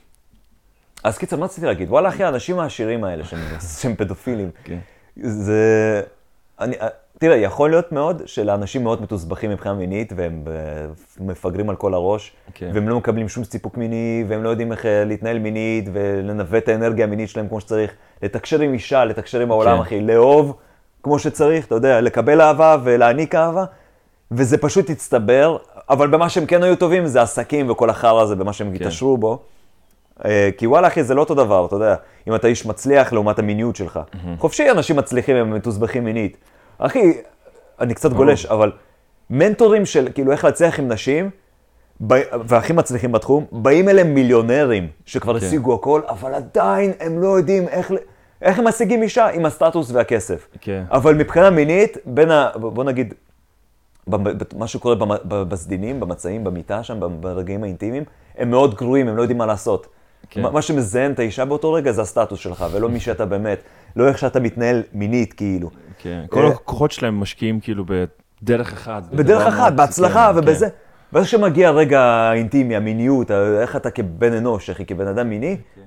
אז קיצר, מה רציתי להגיד? וואלה אחי, האנשים העשירים האלה שהם פדופילים, זה... תראה, יכול להיות מאוד שלאנשים מאוד מתוסבכים מבחינה מינית, והם מפגרים על כל הראש, והם לא מקבלים שום סיפוק מיני, והם לא יודעים איך להתנהל מינית, ולנווט את האנרגיה המינית שלהם כמו שצריך, לתקשר עם אישה, לתקשר עם העולם, אחי, לאהוב כמו שצריך, אתה יודע, לקבל אהבה ולהעניק אהבה, וזה פשוט יצטבר, אבל במה שהם כן היו טובים, זה עסקים וכל החרא הזה, במה שהם התעשרו בו. כי וואלה אחי, זה לא אותו דבר, אתה יודע, אם אתה איש מצליח לעומת המיניות שלך. חופשי אנשים מצליחים, הם מתוסבכים מינית. אחי, אני קצת גולש, אבל מנטורים של כאילו איך להצליח עם נשים, והכי מצליחים בתחום, באים אליהם מיליונרים שכבר השיגו הכל, אבל עדיין הם לא יודעים איך הם משיגים אישה עם הסטטוס והכסף. אבל מבחינה מינית, בוא נגיד, מה שקורה בסדינים, במצעים, במיטה שם, ברגעים האינטימיים, הם מאוד גרועים, הם לא יודעים מה לעשות. מה שמזיין את האישה באותו רגע זה הסטטוס שלך, ולא מי שאתה באמת, לא איך שאתה מתנהל מינית כאילו. כן, כל הכוחות שלהם משקיעים כאילו בדרך אחת. בדרך אחת, בהצלחה ובזה. ואז כשמגיע הרגע האינטימי, המיניות, איך אתה כבן אנוש, אחי, כבן אדם מיני,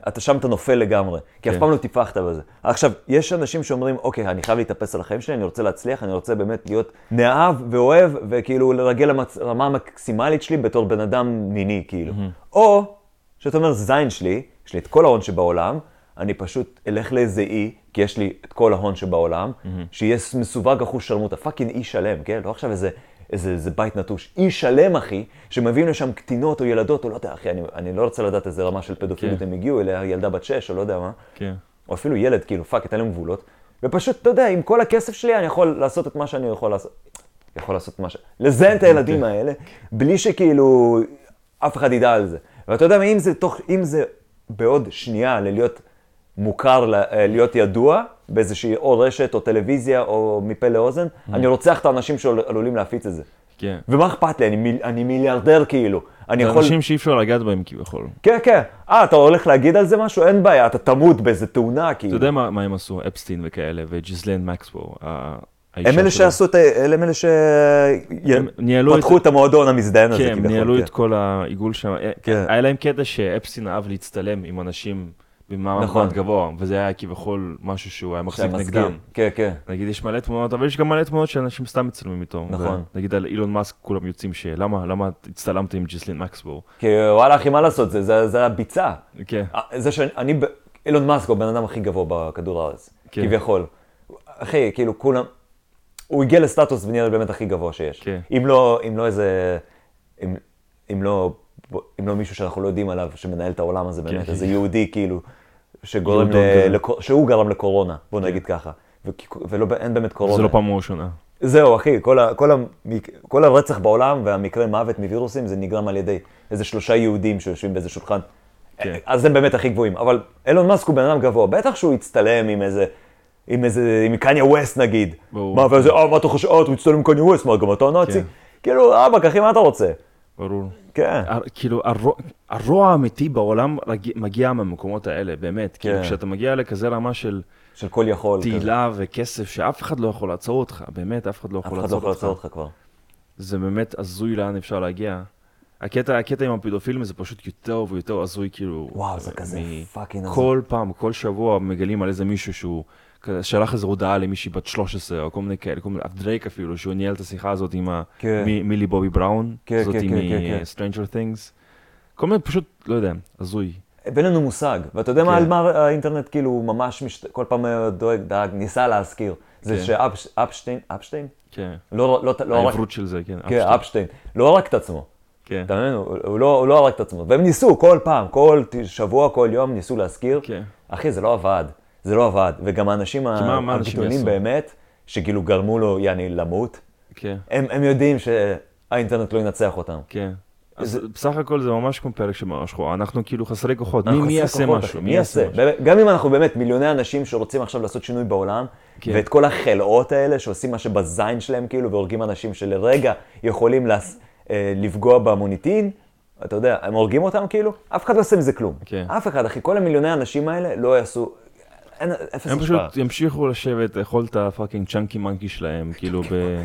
שם אתה נופל לגמרי, כי אף פעם לא טיפחת בזה. עכשיו, יש אנשים שאומרים, אוקיי, אני חייב להתאפס על החיים שלי, אני רוצה להצליח, אני רוצה באמת להיות נאהב ואוהב, וכאילו לרגל לרמה המקסימלית שלי בתור בן אדם מיני, כאילו. או, שאתה אומר, זין שלי, יש לי את כל ההון שבעולם, אני פשוט אלך לאיזה אי, כי יש לי את כל ההון שבעולם, שיהיה מסווג אחוז שרמוטה, פאקינג אי שלם, כן? לא עכשיו איזה בית נטוש. אי שלם, אחי, שמביאים לשם קטינות או ילדות, או לא יודע, אחי, אני לא רוצה לדעת איזה רמה של פדופיליות הם הגיעו אליה, ילדה בת 6, או לא יודע מה. כן. או אפילו ילד, כאילו, פאק, את אלה גבולות. ופשוט, אתה יודע, עם כל הכסף שלי, אני יכול לעשות את מה שאני יכול לעשות. יכול לעשות מה לזיין את הילדים האלה, בלי שכאילו אף אחד ידע על זה. ואתה יודע, אם זה בעוד שנייה להיות מוכר, להיות ידוע, באיזושהי או רשת או טלוויזיה או מפה לאוזן, אני רוצח את האנשים שעלולים להפיץ את זה. כן. ומה אכפת לי? אני מיליארדר כאילו. זה אנשים שאי אפשר לגעת בהם כביכול. כן, כן. אתה הולך להגיד על זה משהו? אין בעיה, אתה תמות באיזה תאונה כאילו. אתה יודע מה הם עשו? אפסטין וכאלה, וג'יזליין מקסוול. הם אלה שעשו הם אלה שפתחו את המועדון המזדיין הזה. כן, הם ניהלו את כל העיגול שם. היה להם קטע שאפסטין אהב להצטלם עם אנשים במעמד גבוה, וזה היה כביכול משהו שהוא היה מחזיק נגדם. כן, כן. נגיד, יש מלא תמונות, אבל יש גם מלא תמונות שאנשים סתם מצלמים איתו. נכון. נגיד, על אילון מאסק כולם יוצאים למה הצטלמת עם ג'יזליין מקסוול? כי וואלה, אחי, מה לעשות? זה הביצה. כן. זה שאני, אילון מאסק הוא בן אדם הכי גבוה בכדור הארץ. כביכול. אחי, כאילו, כולם, הוא הגיע לסטטוס ונראה באמת הכי גבוה שיש. אם לא איזה, אם לא מישהו שאנחנו לא יודעים עליו, שמנהל את העולם הזה באמת, איזה יהודי כאילו, שהוא גרם לקורונה, בוא נגיד ככה, ואין באמת קורונה. זה לא פעם ראשונה. זהו, אחי, כל הרצח בעולם והמקרה מוות מווירוסים, זה נגרם על ידי איזה 3 יהודים שיושבים באיזה שולחן. אז הם באמת הכי גבוהים. אבל אילון מאסק הוא בן אדם גבוה, בטח שהוא יצטלם עם קניה ווסט נגיד. מה אתה חושב? הוא יצטלם עם קניה ווסט, מה, גם אתה נאצי? כאילו, אחי, מה אתה רוצה? ברור. כן. כאילו, הרוע האמיתי בעולם מגיע מהמקומות האלה, באמת. כאילו, כשאתה מגיע לכזה רמה של כל יכול. תהילה וכסף, שאף אחד לא יכול לעצור אותך, באמת, אף אחד לא יכול לעצור אותך כבר. זה באמת הזוי לאן אפשר להגיע. הקטע עם הפדופילים זה פשוט יותר ויותר הזוי, כאילו... וואו, זה כזה פאקינג הזוי. כל פעם, כל שבוע מגלים על איזה מישהו שהוא שלח איזו הודעה למישהי בת 13, או כל מיני כאלה, דרייק אפילו, שהוא ניהל את השיחה הזאת עם מילי בובי בראון, זאת מ-Stranger Things. כל מיני פשוט, לא יודע, הזוי. בין לנו מושג, ואתה יודע מה על מה האינטרנט כאילו ממש כל פעם דאג, ניסה להזכיר. זה שאפשטיין? כן. העברות של זה, כן. כן, אפשטיין. לא הרג את עצמו. אתה מבין? הוא לא הרג את עצמו. והם ניסו כל פעם, כל שבוע, כל יום, ניסו להזכיר. אחי, זה לא עבד. זה לא עבד. וגם האנשים הגדולים באמת, שכאילו גרמו לו, למות, הם יודעים שהאינטרנט לא ינצח אותם. כן. אז בסך הכל זה ממש כמו פרק שממש חורה. אנחנו כאילו חסרי כוחות. מי יעשה משהו? מי יעשה? גם אם אנחנו באמת מיליוני אנשים שרוצים עכשיו לעשות שינוי בעולם, ואת כל החלאות האלה שעושים מה שבזין שלהם כאילו, והורגים אנשים שלרגע יכולים לפגוע במוניטין, אתה יודע, הם הורגים אותם כאילו, אף אחד לא עושה מזה כלום. אף אחד, אחי, כל המיליוני האנשים האלה לא יעשו, אפס השפעה. הם פשוט ימשיכו לשבת, לאכול את הפאקינג צ'אנקי מנקי שלהם, כאילו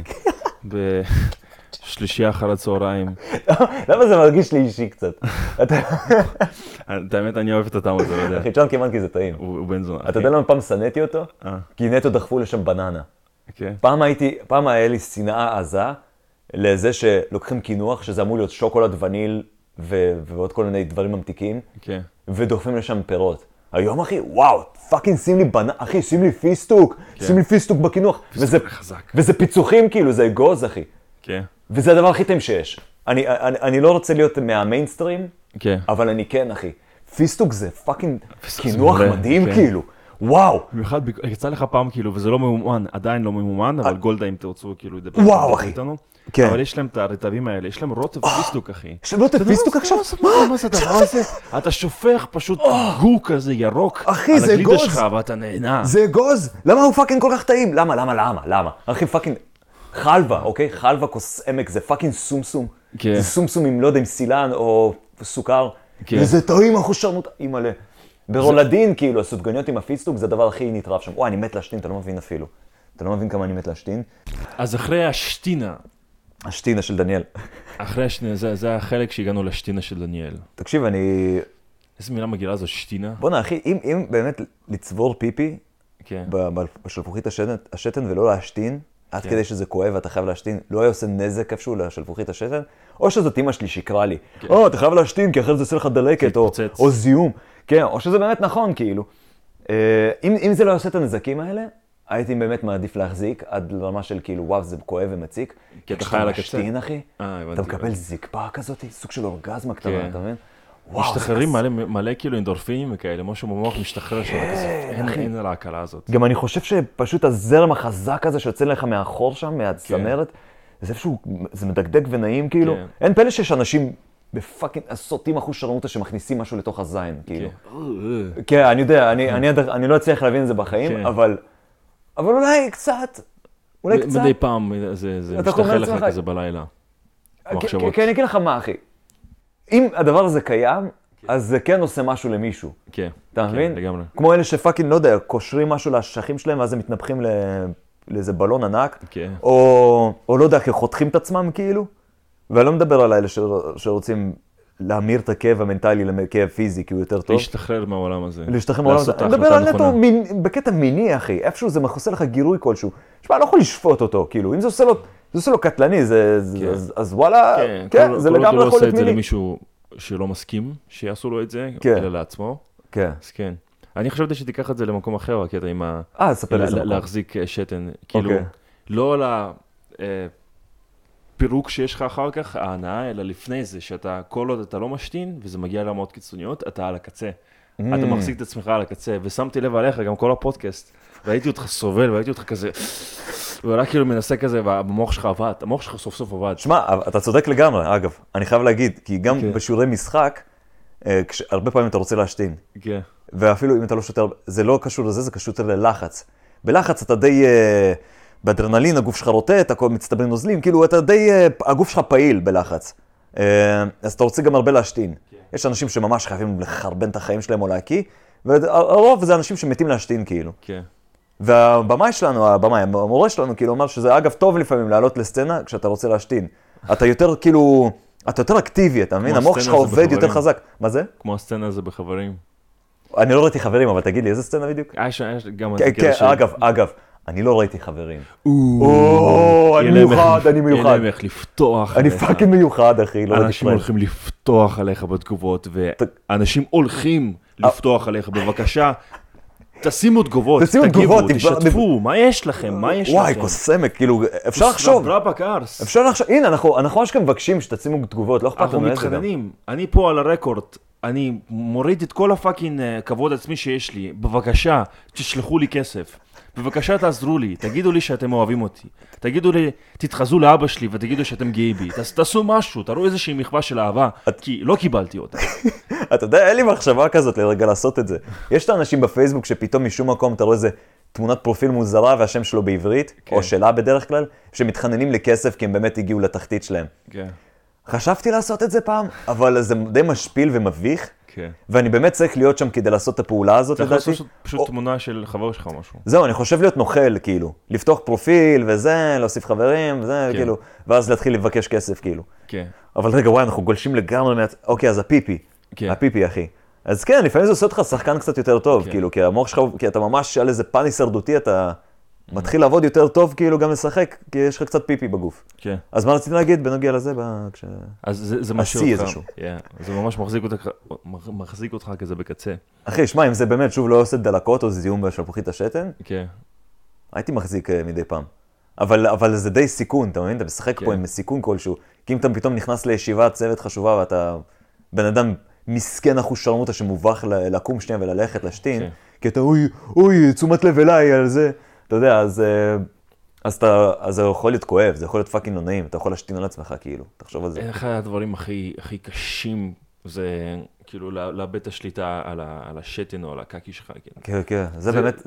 בשלישי אחר הצהריים. למה זה מרגיש לי אישי קצת? האמת, אני אוהב את הטעם הזה, לא יודע. אחי, צ'אנקי מנקי זה טעים. הוא בן זונה. אתה יודע למה פעם שנאתי אותו? כי נטו דחפו לשם בננה. פעם היה לי שנאה עזה, לזה שלוקחים קינוח, שזה אמור להיות שוקולד וניל ועוד כל מיני דברים ממתיקים, ודוחפים לשם פירות. היום, אחי, וואו, פאקינג שים לי אחי, שים לי פיסטוק בקינוח. וזה פיצוחים כאילו, זה אגוז, אחי. וזה הדבר הכי טעים שיש. אני לא רוצה להיות מהמיינסטרים, אבל אני כן, אחי. פיסטוק זה פאקינג קינוח מדהים, כאילו. וואו. במיוחד, יצא לך פעם כאילו, וזה לא ממומן, עדיין לא ממומן, אבל גולדה אם תרצו כאילו ידבר. וואו, אחי. אבל יש להם את הרטבים האלה, יש להם רוטב פיסטוק, אחי. יש להם רוטב פיסטוק עכשיו? מה זה הדבר הזה? אתה שופך פשוט גור כזה ירוק על הגלידה שלך ואתה נהנה. זה אגוז. למה הוא פאקינג כל כך טעים? למה? אחי, פאקינג חלבה, אוקיי? חלבה כוס עמק, זה פאקינג סומסום. זה סומסום עם, לא יודע, עם סילן או סוכר. וזה טעים, אחו שרמוט, אימאלה. ברולדין, כאילו, הסופגניות עם הפיסטוק, זה הדבר הכי נטרף שם. וואי, אני מת להשתין, אתה לא מבין אפילו. אתה לא מבין כמה אני מת להשתין. אז אחרי השתינה. השתינה של דניאל. אחרי השתינה, זה החלק שהגענו לשתינה של דניאל. תקשיב, איזה מילה מגעילה זו, שתינה? בוא'נה, אחי, אם באמת לצבור פיפי בשלפוחית השתן ולא להשתין, עד כדי שזה כואב ואתה חייב להשתין, לא היה עושה נזק איפשהו לשלפוחית השתן, או שזאת אמא שלי שקרה לי, אתה חייב להשתין כי אחרת זה עושה לך דלקת או זיהום, כן, או שזה באמת נכון כאילו. אם זה לא עושה את הנזקים האלה, הייתי באמת מעדיף להחזיק עד לרמה של כאילו וואו זה כואב ומציק, כי אתה חי על הקצה. משתין אחי, אתה מקבל זקפה כזאת, סוג של אורגזמה קטנה, אתה מבין? משתחררים מלא כאילו אנדורפינים וכאלה, משהו במוח משתחרר של הכסף, אין על ההקלה הזאת. גם אני חושב שפשוט הזרם החזק הזה שיוצא לך מהחור שם, מהצמרת, זה איפשהו, זה מדגדג ונעים כאילו. אין פלא שיש אנשים בפאקינג עשותים אחוז שרמוטה שמכניסים משהו לתוך הזין, כאילו. כן, אני יודע, אני לא אצליח להבין את זה בחיים, אבל אולי קצת, מדי פעם זה משתחרר לך כזה בלילה. כי אני אגיד לך מה, אחי. אם הדבר הזה קיים, אז זה כן עושה משהו למישהו. כן. אתה מבין? לגמרי. כמו אלה שפאקינג, לא יודע, קושרים משהו לשכים שלהם, ואז הם מתנפחים לאיזה בלון ענק. כן. או לא יודע, כי חותכים את עצמם כאילו. ואני לא מדבר על האלה שרוצים להמיר את הכאב המנטלי לכאב פיזי, כי הוא יותר טוב. להשתחרר מהעולם הזה. להשתחרר מהעולם הזה. אני מדבר על נטו בקטע מיני, אחי. איפשהו זה עושה לך גירוי כלשהו. שמה, אני לא יכול לשפוט אותו, כאילו. אם זה עושה לו קטלני, אז וואלה, כן, זה לגמרי יכול להיות מיני. כל עוד הוא לא עושה את זה למישהו שלא מסכים שיעשו לו את זה, אלא לעצמו. כן. אז כן. אני חשבתי שתיקח את זה למקום אחר, הקטע עם ספר איזה מקום. להחזיק שתן. כאילו, לא על הפירוק שיש לך אחר כך, ההנאה, אלא לפני זה, שאתה, כל עוד אתה לא משתין, וזה מגיע לרמות קיצוניות, אתה על הקצה. אתה מחזיק את עצמך על הקצה, ושמתי לב עליך, גם כל הפודקאסט, והייתי אותך סובל, והייתי אותך כזה, ואולי כאילו מנסה כזה, והמוח שלך עבד, המוח שלך סוף סוף עבד. שמע, אתה צודק לגמרי, אגב, אני חייב להגיד, כי גם בשיעורי משחק, הרבה פעמים אתה רוצה להשתין. כן. ואפילו אם אתה לא שותה, זה לא קשור לזה, זה קשור יותר ללחץ. בלחץ אתה די, באדרנלין הגוף שלך רוטט, הכל מצטברים נוזלים, כאילו אתה די, הגוף שלך פעיל בלחץ. אז אתה רוצה גם הרבה להשתין. יש אנשים שממש חייבים לחרבן את החיים שלהם או להקיא, והרוב זה אנשים שמתים להשתין כאילו. כן. והבמאי שלנו, המורה שלנו, כאילו אומר שזה אגב טוב לפעמים לעלות לסצנה כשאתה רוצה להשתין. אתה יותר כאילו, אתה יותר אקטיבי, אתה מבין? המוח שלך עובד יותר חזק. מה זה? כמו הסצנה הזה בחברים. אני לא ראיתי חברים, אבל תגיד לי, איזה סצנה בדיוק? גם כן, אגב, אני לא ראיתי חברים. אני מיוחד, אני מיוחד. יהיה להם איך לפתוח אני פאקינג מיוחד, אחי. אנשים הולכים לפתוח עליך בתגובות, ואנשים הולכים לפתוח עליך, בבקשה. תשימו תגובות, תגיבו, תשתפו, מה יש לכם, מה יש לכם? וואי, קוסמק, כאילו, אפשר לחשוב. אפשר לחשוב, הנה, אנחנו ממש כאן מבקשים שתשימו תגובות, לא אכפת לנו איזה גם. אנחנו מתחננים, אני פה על הרקורד, אני מוריד את כל הפאקינג כבוד עצמי שיש לי, בבקשה, תשלחו לי כסף. בבקשה תעזרו לי, תגידו לי שאתם אוהבים אותי. תגידו לי, תתחזו לאבא שלי ותגידו שאתם גאים בי. תעשו משהו, תראו איזושהי מחווה של אהבה, כי לא קיבלתי אותה. אתה יודע, אין לי מחשבה כזאת לרגע לעשות את זה. יש את האנשים בפייסבוק שפתאום משום מקום אתה רואה איזה תמונת פרופיל מוזרה והשם שלו בעברית, או שלה בדרך כלל, שמתחננים לכסף כי הם באמת הגיעו לתחתית שלהם. חשבתי לעשות את זה פעם, אבל זה די משפיל ומביך. ואני באמת צריך להיות שם כדי לעשות את הפעולה הזאת. צריך לעשות פשוט תמונה של חבר שלך או משהו. זהו, אני חושב להיות נוכל, כאילו. לפתוח פרופיל וזה, להוסיף חברים וזה, כאילו. ואז להתחיל לבקש כסף, כאילו. אבל רגע, וואי, אנחנו גולשים לגמרי אוקיי, אז הפיפי. הפיפי, אחי. אז כן, לפעמים זה עושה אותך שחקן קצת יותר טוב, כאילו, כי המוח שלך, כי אתה ממש על איזה פן הישרדותי, אתה מתחיל לעבוד יותר טוב, כאילו, גם לשחק, כי יש לך קצת פיפי בגוף. כן. אז מה רציתי להגיד בנוגע לזה, אז זה משהו אותך. זה ממש מחזיק אותך כזה בקצה. אחי, שמע, אם זה באמת שוב לא עושה דלקות או זיהום בשלפוחית השתן, כן. הייתי מחזיק מדי פעם. אבל זה די סיכון, אתה מבין? אתה משחק פה עם סיכון כלשהו. כי אם אתה פתאום נכנס לישיבת צוות חשובה ואתה בן אדם מסכן אחוז שרמוטה שמובך לקום שנייה וללכת לשתין, כי אתה אוי, תשומת לב אליי על זה. אתה יודע, אז זה יכול להיות כואב, זה יכול להיות פאקינג לא נעים, אתה יכול להשתין על עצמך, כאילו, תחשוב על זה. אחד הדברים הכי קשים זה כאילו לאבד את השליטה על השתן או על הקקי שלך. כן, כן, זה באמת,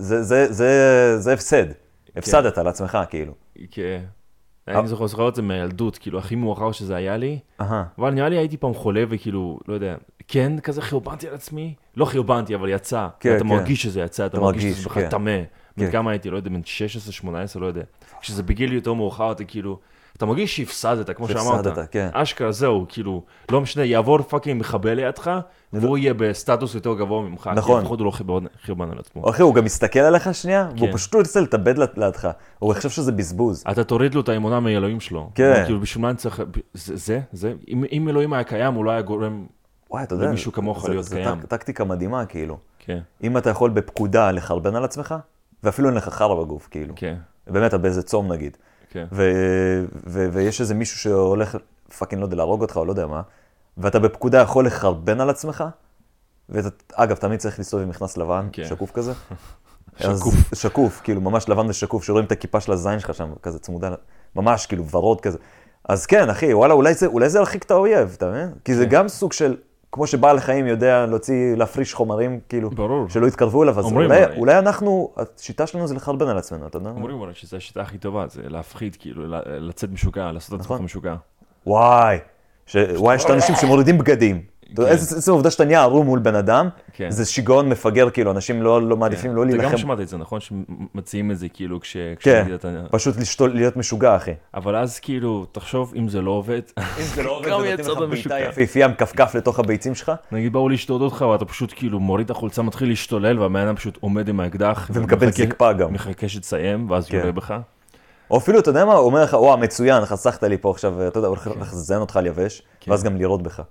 זה הפסד. הפסדת על עצמך, כאילו. כן. אני זוכר את זה מהילדות, כאילו, הכי מאוחר שזה היה לי. אבל נראה לי הייתי פעם חולה וכאילו, לא יודע, כן, כזה חיובנתי על עצמי. לא חיובנתי, אבל יצא. אתה מרגיש שזה יצא, אתה מרגיש שזה בכלל תמה. כמה הייתי, לא יודע, בין 16-18, לא יודע. כשזה בגיל יותר מאוחר, אתה כאילו, אתה מרגיש שהפסדת, כמו שאמרת. אשכרה, זהו, כאילו, לא משנה, יעבור פאקינג מחבל לידך, והוא יהיה בסטטוס יותר גבוה ממך. נכון. לפחות הוא לא חירבן על עצמו. אחי, הוא גם מסתכל עליך שנייה, והוא פשוט לא ירצה לתאבד לידך. הוא חושב שזה בזבוז. אתה תוריד לו את האמונה מאלוהים שלו. כן. כאילו, בשביל מה אני צריך... זה, אם אלוהים היה קיים, הוא לא היה גורם למישהו כמוך להיות קיים. זו טקטיקה מדהימה, כאילו. כן. אם אתה יכול בפקודה לחרבן על עצמך, ואפילו אין לך חרא בגוף, כאילו. כן. באמת, באיזה צום נגיד. כן. ויש איזה מישהו שהולך פאקינג לא יודע להרוג אותך או לא יודע מה, ואתה בפקודה יכול לחרבן על עצמך, ואגב, תמיד צריך להסתובב עם מכנס לבן, שקוף כזה. שקוף. שקוף, כאילו ממש לבן ושקוף, שרואים את הכיפה של הזין שלך שם, כזה צמודה, ממש כאילו ורוד כזה. אז כן, אחי, וואלה, אולי זה להרחיק את האויב, אתה מבין? כי זה גם סוג של, כמו שבעל החיים יודע להפריש חומרים, כאילו, שלא יתקרבו אליו, אז אולי אנחנו, השיטה שלנו זה לחרבן על עצמנו, אתה יודע? אומרים אולי שזו השיטה הכי טובה, זה להפחיד, כאילו, לצאת משוגע, לעשות את עצמך משוגע. וואי, יש את האנשים שמורידים בגדים. איזה עובדה שאתה נהיה ערום מול בן אדם, זה שיגעון מפגר, כאילו, אנשים לא מעדיפים לא להילחם. אתה גם שמעת את זה, נכון? שמציעים את זה, כאילו, כן, פשוט להיות משוגע, אחי. אבל אז, כאילו, תחשוב, אם זה לא עובד, אם זה לא עובד, זה נותן לך בעיטה יפיפייה מכפכף לתוך הביצים שלך. נגיד, באו לשתות אותך, ואתה פשוט, כאילו, מוריד את החולצה, מתחיל להשתולל, והמעיין פשוט עומד עם האקדח. ומקבל זקפה גם. מחכה שתסיים, ואז יורה בך. או אפילו, אתה יודע מה, הוא אומר לך, וואו, מצוין, חסכת לי פה עכשיו, אתה יודע, הוא הולך לחזן אותך על יבש, ואז גם לירות בך.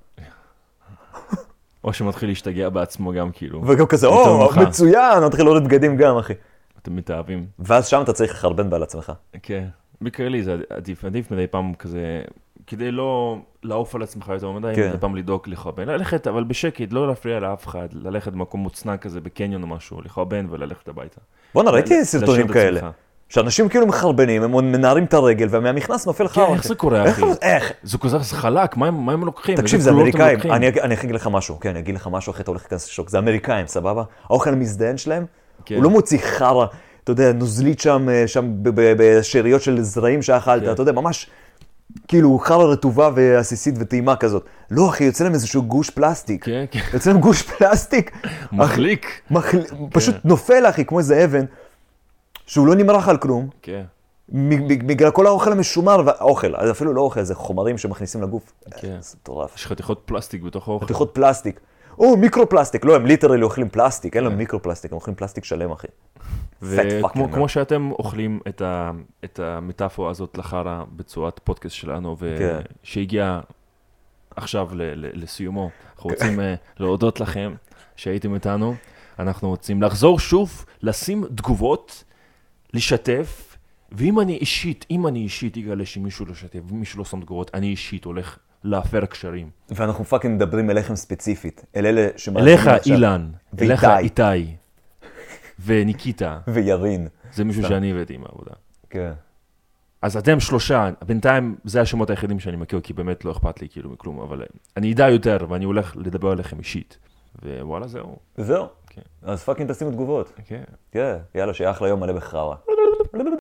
או שמתחיל להשתגע בעצמו גם, כאילו. וגם כזה, מצוין, מתחיל להוריד בגדים גם, אחי. אתם מתאהבים. ואז שם אתה צריך לחרבן בעל עצמך. כן. בכללי זה עדיף מדי פעם כזה, כדי לא לעוף על עצמך יותר מדי, מדי פעם לדאוג לחרבן. ללכת, אבל בשקט, לא להפריע לאף אחד, ללכת במקום מוצנע כזה, בקניון או משהו, לחרבן וללכת הביתה. בוא ראיתי סרטונים כאלה. שאנשים כאילו מחרבנים, הם מנערים את הרגל, ומהמכנס נופל חרא. כן, איך זה קורה, אחי? איך? זה כזה חלק, מה הם לוקחים? תקשיב, זה אמריקאים. אני אגיד לך משהו, כן, אני אגיד לך משהו, אחרי אתה הולך להיכנס לשוק. זה אמריקאים, סבבה? האוכל המזדיין שלהם, הוא לא מוציא חרא, אתה יודע, נוזלית שם בשאריות של זרעים שאכלת, אתה יודע, ממש, כאילו, חרא רטובה ועסיסית וטעימה כזאת. לא, אחי, יוצא להם איזשהו גוש פלסטיק. כן, כן. יוצא להם גוש פלסטיק. מחליק. פשוט נופל, אחי, כמו איזה אבן. שהוא לא נמרח על כלום, בגלל כל האוכל המשומר, והאוכל, אפילו לא אוכל, זה חומרים שמכניסים לגוף. זה מטורף. יש חתיכות פלסטיק בתוך האוכל. חתיכות פלסטיק. או, מיקרו-פלסטיק. לא, הם ליטרלי אוכלים פלסטיק, אין להם מיקרו-פלסטיק, הם אוכלים פלסטיק שלם, אחי. וכמו שאתם אוכלים את המטאפורה הזאת לחרה בצורת פודקאסט שלנו, ושהגיע עכשיו לסיומו, אנחנו רוצים להודות לכם שהייתם איתנו, אנחנו רוצים לחזור שוב, לשים תגובות, לשתף, ואם אני אישית יגלה שמישהו לא שתף, ומישהו לא שם תגובות, אני אישית הולך להפר קשרים. ואנחנו פאקינג מדברים אליכם ספציפית, אלה שמאזינים עכשיו. אליך אילן, אליך איתי, וניקיטה. וירין. זה מישהו שאני הבאתי עם העבודה. כן. אז אתם שלושה, בינתיים זה השמות היחידים שאני מכיר, כי באמת לא אכפת לי כאילו מכלום, אבל אני אדע יותר, ואני הולך לדבר עליכם אישית. ווואלה, זהו. זהו. אז פאקינג תשימו תגובות. כן. יאללה, שיהיה אחלה יום מלא בחררה.